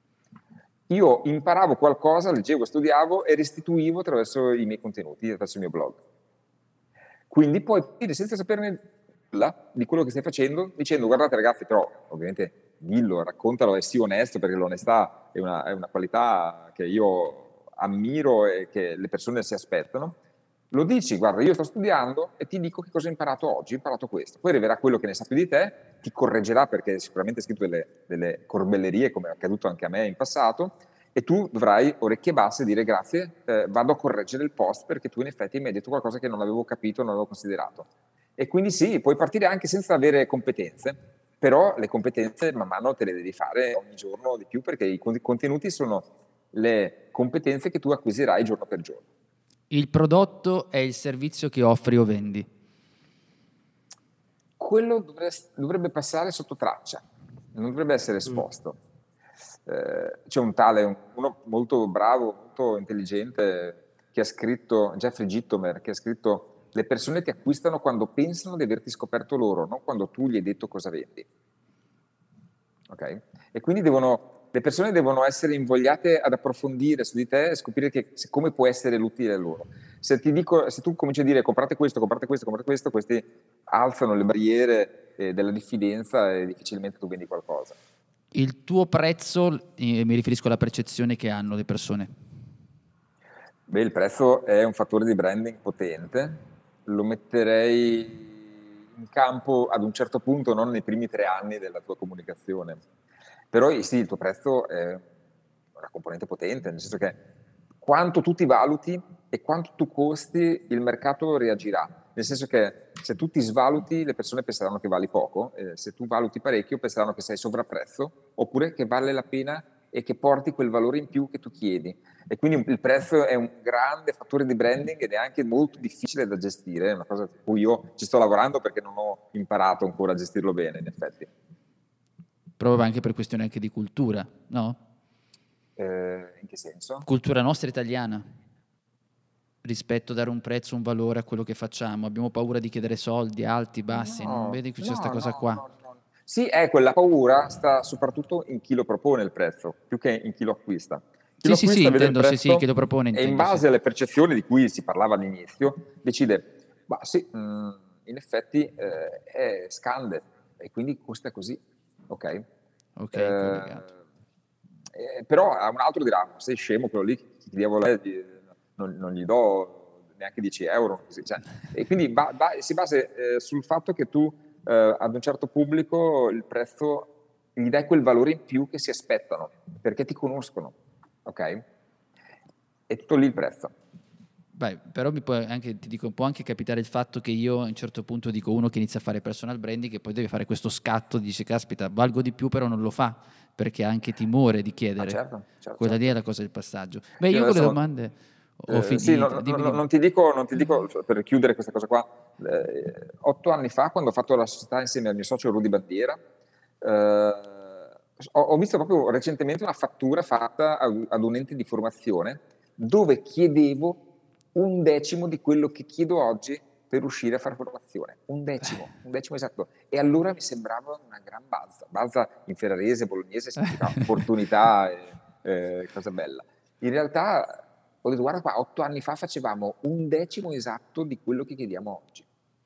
Io imparavo qualcosa, leggevo, studiavo e restituivo attraverso i miei contenuti, attraverso il mio blog. Quindi poi, senza saperne nulla di quello che stai facendo, dicendo guardate ragazzi, però ovviamente dillo, raccontalo e sii onesto, perché l'onestà è una, è una qualità che io ammiro e che le persone si aspettano. Lo dici, guarda, io sto studiando e ti dico che cosa ho imparato oggi, ho imparato questo. Poi arriverà quello che ne sa più di te, ti correggerà perché sicuramente hai scritto delle, delle corbellerie, come è accaduto anche a me in passato, e tu dovrai orecchie basse dire grazie, eh, vado a correggere il post perché tu in effetti mi hai detto qualcosa che non avevo capito, non avevo considerato. E quindi sì, puoi partire anche senza avere competenze, però le competenze man mano te le devi fare ogni giorno di più perché i contenuti sono le competenze che tu acquisirai giorno per giorno. Il prodotto è il servizio che offri o vendi. Quello dovreste, dovrebbe passare sotto traccia, non dovrebbe essere esposto. Eh, c'è un tale, uno molto bravo, molto intelligente, che ha scritto, Jeffrey Gitomer, che ha scritto: le persone ti acquistano quando pensano di averti scoperto loro, non quando tu gli hai detto cosa vendi. Ok? E quindi devono, le persone devono essere invogliate ad approfondire su di te e scoprire che, come può essere l'utile a loro. Se ti dico, se tu cominci a dire comprate questo, comprate questo, comprate questo, questi alzano le barriere eh, della diffidenza e difficilmente tu vendi qualcosa. Il tuo prezzo, eh, mi riferisco alla percezione che hanno le persone. Beh, il prezzo è un fattore di branding potente, lo metterei in campo ad un certo punto, non nei primi tre anni della tua comunicazione. Però sì, il tuo prezzo è una componente potente, nel senso che quanto tu ti valuti e quanto tu costi, il mercato reagirà. Nel senso che se tu ti svaluti, le persone penseranno che vali poco, eh, se tu valuti parecchio, penseranno che sei sovrapprezzo, oppure che vale la pena e che porti quel valore in più che tu chiedi. E quindi il prezzo è un grande fattore di branding ed è anche molto difficile da gestire, è una cosa su cui io ci sto lavorando perché non ho imparato ancora a gestirlo bene, in effetti. Proprio anche per questione anche di cultura, no? Eh, in che senso? Cultura nostra italiana, rispetto a dare un prezzo, un valore a quello che facciamo. Abbiamo paura di chiedere soldi alti, bassi, non No, vedi che c'è no, questa cosa no, qua? no, no. Sì, è quella paura sta soprattutto in chi lo propone il prezzo, più che in chi lo acquista. Chi Sì, lo sì, sì, acquista vede il intendo, sì, sì, che lo prezzo propone, e in intendo, sì. base alle percezioni di cui si parlava all'inizio decide, ma sì, mh, in effetti eh, è scande e quindi costa così, ok? Ok, Eh, collegato. eh, però a un altro dirà, sei scemo, quello lì, chi ti diavolo è, non, non gli do neanche dieci euro. Così, cioè. E quindi ba- ba- si basa eh, sul fatto che tu eh, ad un certo pubblico il prezzo gli dai quel valore in più che si aspettano, perché ti conoscono. ok? È tutto lì il prezzo. Beh, però mi può anche, ti dico, può anche capitare il fatto che io a un certo punto dico uno che inizia a fare personal branding che poi deve fare questo scatto, dice caspita valgo di più, però non lo fa perché ha anche timore di chiedere. Ah, certo, certo, Quella certo. lì è la cosa del passaggio. Beh, Io io con le adesso, domande ho eh, finito. sì, no, no, Dimmi, no, dimmi. non ti dico, non ti dico per chiudere questa cosa qua, eh, otto anni fa quando ho fatto la società insieme al mio socio Rudy Bandiera, eh, ho, ho visto proprio recentemente una fattura fatta ad, ad un ente di formazione dove chiedevo un decimo di quello che chiedo oggi per uscire a fare formazione, un decimo, un decimo esatto. E allora mi sembrava una gran balza, balza in ferrarese, bolognese, significa opportunità e eh, cosa bella. In realtà ho detto, guarda qua, otto anni fa facevamo un decimo esatto di quello che chiediamo oggi.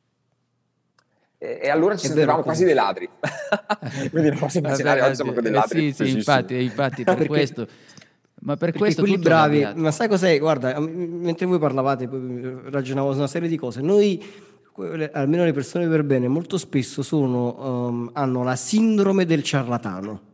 E, e allora ci È sentivamo vero, quasi dei ladri. Quindi non posso immaginare, Vabbè, oggi siamo dei eh, ladri sì, sì, pesissimi. infatti, infatti per Perché- questo. Ma per Perché questo quelli tutto è bravi, cambiato. ma sai cos'è? Guarda, m- mentre voi parlavate, poi ragionavo su una serie di cose. Noi, quelle- almeno le persone per bene, molto spesso sono, um, hanno la sindrome del ciarlatano.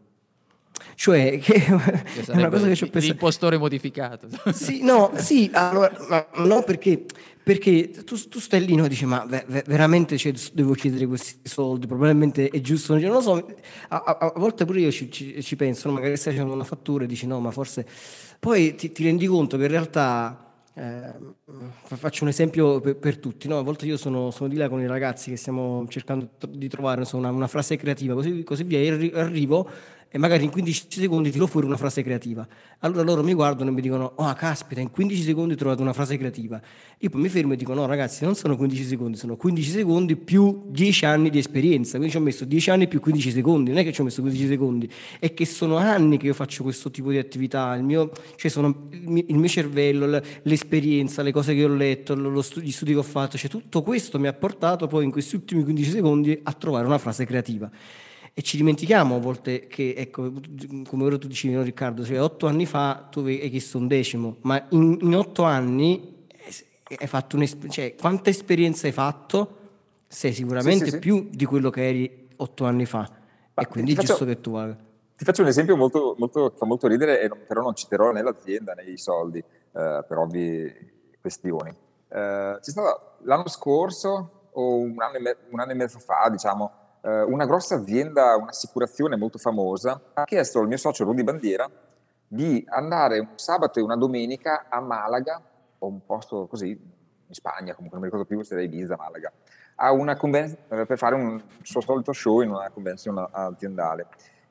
Cioè, che Che è una cosa sarebbe che ci ho pensato. l'impostore modificato. Sì, no, sì, allora, ma no, perché, perché tu, tu stai lì no, e dici, ma ve- ve- veramente cioè, devo chiedere questi soldi, probabilmente è giusto, non lo so, a, a- a volte pure io ci, ci- ci penso, no, magari stai facendo una fattura e dici no, ma forse... Poi ti, ti rendi conto che in realtà... eh, fa- faccio un esempio per, per tutti, no? A volte io sono, sono di là con i ragazzi che stiamo cercando di trovare non so, una, una frase creativa, così, così via, e arri- arrivo e magari in quindici secondi tiro fuori una frase creativa. Allora loro mi guardano e mi dicono, oh caspita, in quindici secondi ho trovato una frase creativa. Io poi mi fermo e dico, no ragazzi, non sono quindici secondi, sono quindici secondi più dieci anni di esperienza. Quindi ci ho messo dieci anni più quindici secondi, non è che ci ho messo quindici secondi, è che sono anni che io faccio questo tipo di attività. Il mio, cioè sono il mio, il mio cervello, l- l'esperienza, le cose che ho letto, lo- lo stu- gli studi che ho fatto, cioè tutto questo mi ha portato poi in questi ultimi quindici secondi a trovare una frase creativa. E ci dimentichiamo a volte che, ecco, come ora tu dicevi, no, Riccardo, cioè otto anni fa tu hai chiesto un decimo, ma in, in otto anni hai fatto un'esperienza, cioè quanta esperienza hai fatto? Sei Sì, sì, sicuramente sì. più di quello che eri otto anni fa. Ma E ti, quindi ti è giusto faccio, che tu vada. ti faccio un esempio molto, molto, che fa molto ridere, e non- però non citerò né l'azienda né i soldi, eh, per ovvie questioni. Eh, c'è stata l'anno scorso, o un anno e, me- un anno e mezzo fa, diciamo, eh, una grossa azienda, un'assicurazione molto famosa, ha chiesto al mio socio Rudy Bandiera di andare un sabato e una domenica a Malaga, o un posto così, in Spagna, comunque non mi ricordo più se era Ibiza, Malaga, a una conven- eh, per fare un suo solito show in una convenzione aziendale.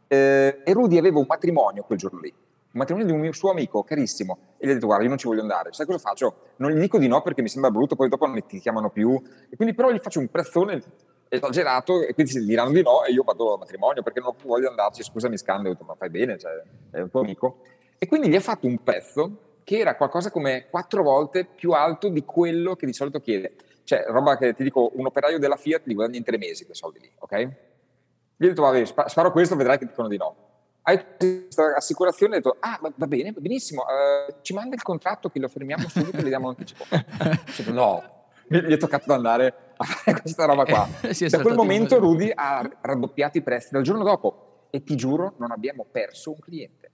Eh, e Rudy aveva un matrimonio quel giorno lì, un matrimonio di un mio suo amico carissimo, e gli ha detto guarda io non ci voglio andare, sai cosa faccio? Non gli dico di no perché mi sembra brutto, poi dopo non ti chiamano più, e quindi però gli faccio un prezzone esagerato e quindi si diranno di no e io vado al matrimonio perché non voglio andarci, scusami scambio, ho detto ma fai bene, cioè, è un tuo amico. E quindi gli ha fatto un prezzo che era qualcosa come quattro volte più alto di quello che di solito chiede. Cioè, roba che ti dico, un operaio della Fiat li guadagna in tre mesi quei soldi lì, ok? Gli ho detto, vabbè, sparo questo, vedrai che dicono di no. Hai questa assicurazione, ho detto, ah, va bene, va benissimo, uh, ci manda il contratto che lo firmiamo subito e le diamo l'anticipo. Ho detto, no, mi è toccato andare a fare questa roba qua. Da quel momento Rudy ha raddoppiato i prezzi dal giorno dopo e ti giuro, non abbiamo perso un cliente.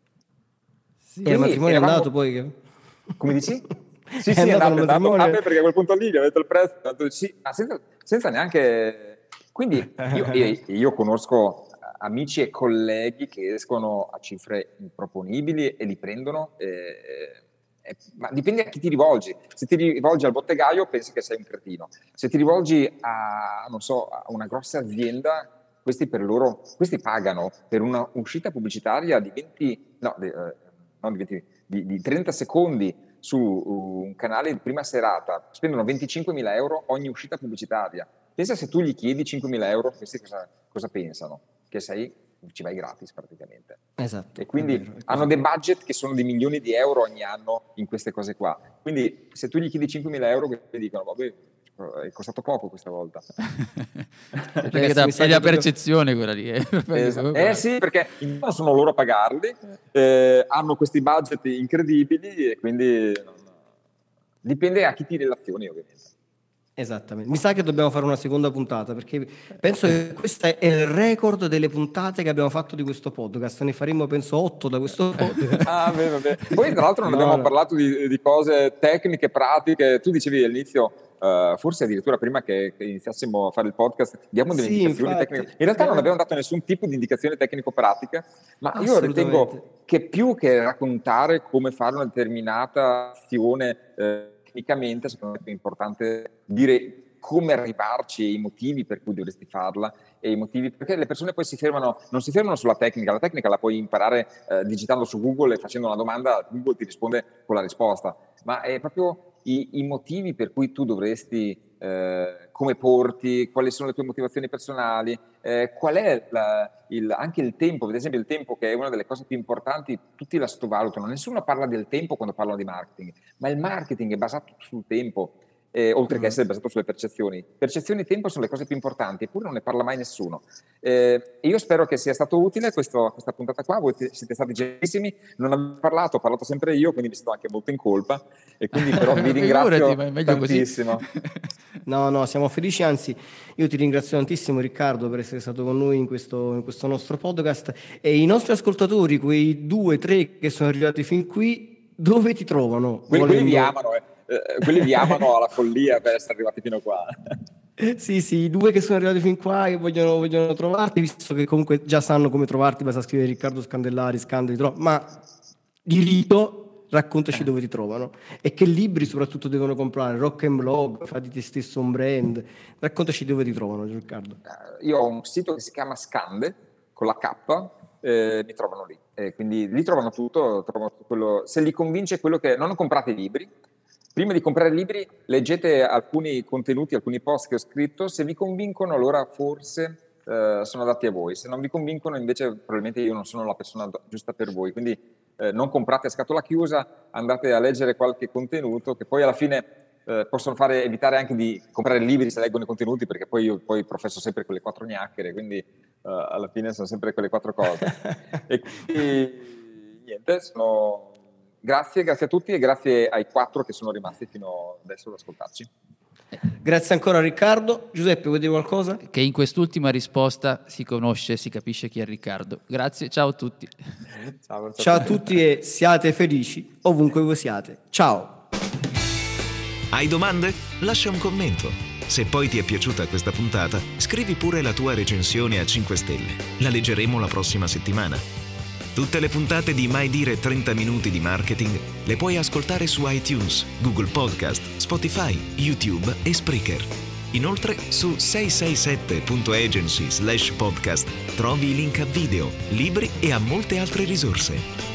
Sì. E al matrimonio eravamo... è andato poi? Che... Come dici? Sì, è sì, è andato, andato, è andato ah, perché a quel punto lì gli ha detto il prezzo, detto, sì, ma senza, senza neanche... Quindi io, io, io conosco amici e colleghi che escono a cifre improponibili e li prendono, eh, eh, ma dipende a chi ti rivolgi. Se ti rivolgi al bottegaio pensi che sei un cretino. Se ti rivolgi a, non so, a una grossa azienda, questi per loro, questi pagano per una uscita pubblicitaria di venti, no, di, eh, non di venti, di, di trenta secondi su un canale di prima serata, spendono venticinquemila euro ogni uscita pubblicitaria. Pensa se tu gli chiedi cinquemila euro, questi cosa, cosa pensano? Che sei, ci vai gratis praticamente. Esatto. E quindi vero, hanno dei budget che sono di milioni di euro ogni anno in queste cose qua. Quindi se tu gli chiedi cinquemila euro, ti dicono, vabbè, è costato poco questa volta. Ragazzi, è, da, è la percezione quella lì. Eh, esatto. eh sì, perché intanto sono loro a pagarli, eh, hanno questi budget incredibili e quindi dipende a chi ti relazioni ovviamente. Esattamente, mi sa che dobbiamo fare una seconda puntata, perché penso che questo è il record delle puntate che abbiamo fatto di questo podcast. Ne faremo penso otto da questo podcast. Ah, beh, vabbè. Poi tra l'altro non No, abbiamo no. parlato di, di cose tecniche, pratiche. Tu dicevi all'inizio, uh, forse addirittura prima che, che iniziassimo a fare il podcast, diamo delle Sì, indicazioni infatti. tecniche. In realtà non abbiamo dato nessun tipo di indicazione tecnico-pratica, ma io Assolutamente. ritengo che più che raccontare come fare una determinata azione eh, tecnicamente, secondo me è più importante dire come arrivarci e i motivi per cui dovresti farla, e i motivi perché le persone poi si fermano, non si fermano sulla tecnica. La tecnica la puoi imparare eh, digitando su Google e facendo una domanda, Google ti risponde con la risposta, ma è proprio i, i motivi per cui tu dovresti, eh, come porti, quali sono le tue motivazioni personali, eh, qual è la, il, anche il tempo. Ad esempio il tempo, che è una delle cose più importanti, tutti la sottovalutano, nessuno parla del tempo quando parlano di marketing, ma il marketing è basato sul tempo. Eh, oltre che essere basato sulle percezioni. Percezioni e tempo sono le cose più importanti, eppure non ne parla mai nessuno. Eh, io spero che sia stato utile questo, questa puntata qua. Voi siete stati gentilissimi, non avevo parlato, ho parlato sempre io, quindi mi sento anche molto in colpa, e quindi però vi ringrazio Figurati, ma è meglio così. tantissimo. No, no, siamo felici, anzi io ti ringrazio tantissimo Riccardo per essere stato con noi in questo, in questo nostro podcast, e i nostri ascoltatori, quei due, tre che sono arrivati fin qui, dove ti trovano? Quelli, quelli vi Volendo- amano, eh. Eh, quelli vi amano alla follia per essere arrivati fino qua. Sì, sì, i due che sono arrivati fin qua e vogliono, vogliono trovarti, visto che comunque già sanno come trovarti, basta scrivere Riccardo Scandellari, Scandali, tro- ma di rito raccontaci dove ti trovano e che libri soprattutto devono comprare. Rock and Blog, fa di te stesso un brand, raccontaci dove ti trovano, Riccardo. Eh, io ho un sito che si chiama Scande, con la K, eh, mi trovano lì, eh, quindi lì trovano tutto, trovano tutto quello. Se li convince quello che... non comprate i libri. Prima di comprare libri, leggete alcuni contenuti, alcuni post che ho scritto. Se vi convincono, allora forse eh, sono adatti a voi. Se non vi convincono, invece, probabilmente io non sono la persona giusta per voi. Quindi eh, non comprate a scatola chiusa, andate a leggere qualche contenuto che poi alla fine eh, possono fare evitare anche di comprare libri se leggono i contenuti, perché poi io poi professo sempre quelle quattro gnacchiere, quindi eh, alla fine sono sempre quelle quattro cose. E quindi niente, sono... Grazie, grazie a tutti e grazie ai quattro che sono rimasti fino adesso ad ascoltarci. Grazie ancora Riccardo. Giuseppe, vuoi dire qualcosa? Che in quest'ultima risposta si conosce, si capisce chi è Riccardo. Grazie, ciao a tutti. Ciao, Ciao a tutti e siate felici ovunque voi siate. Ciao. Hai domande? Lascia un commento. Se poi ti è piaciuta questa puntata, scrivi pure la tua recensione a cinque stelle. La leggeremo la prossima settimana. Tutte le puntate di Mai Dire trenta minuti di marketing le puoi ascoltare su iTunes, Google Podcast, Spotify, YouTube e Spreaker. Inoltre su sei sei sette punto agency slash podcast trovi i link a video, libri e a molte altre risorse.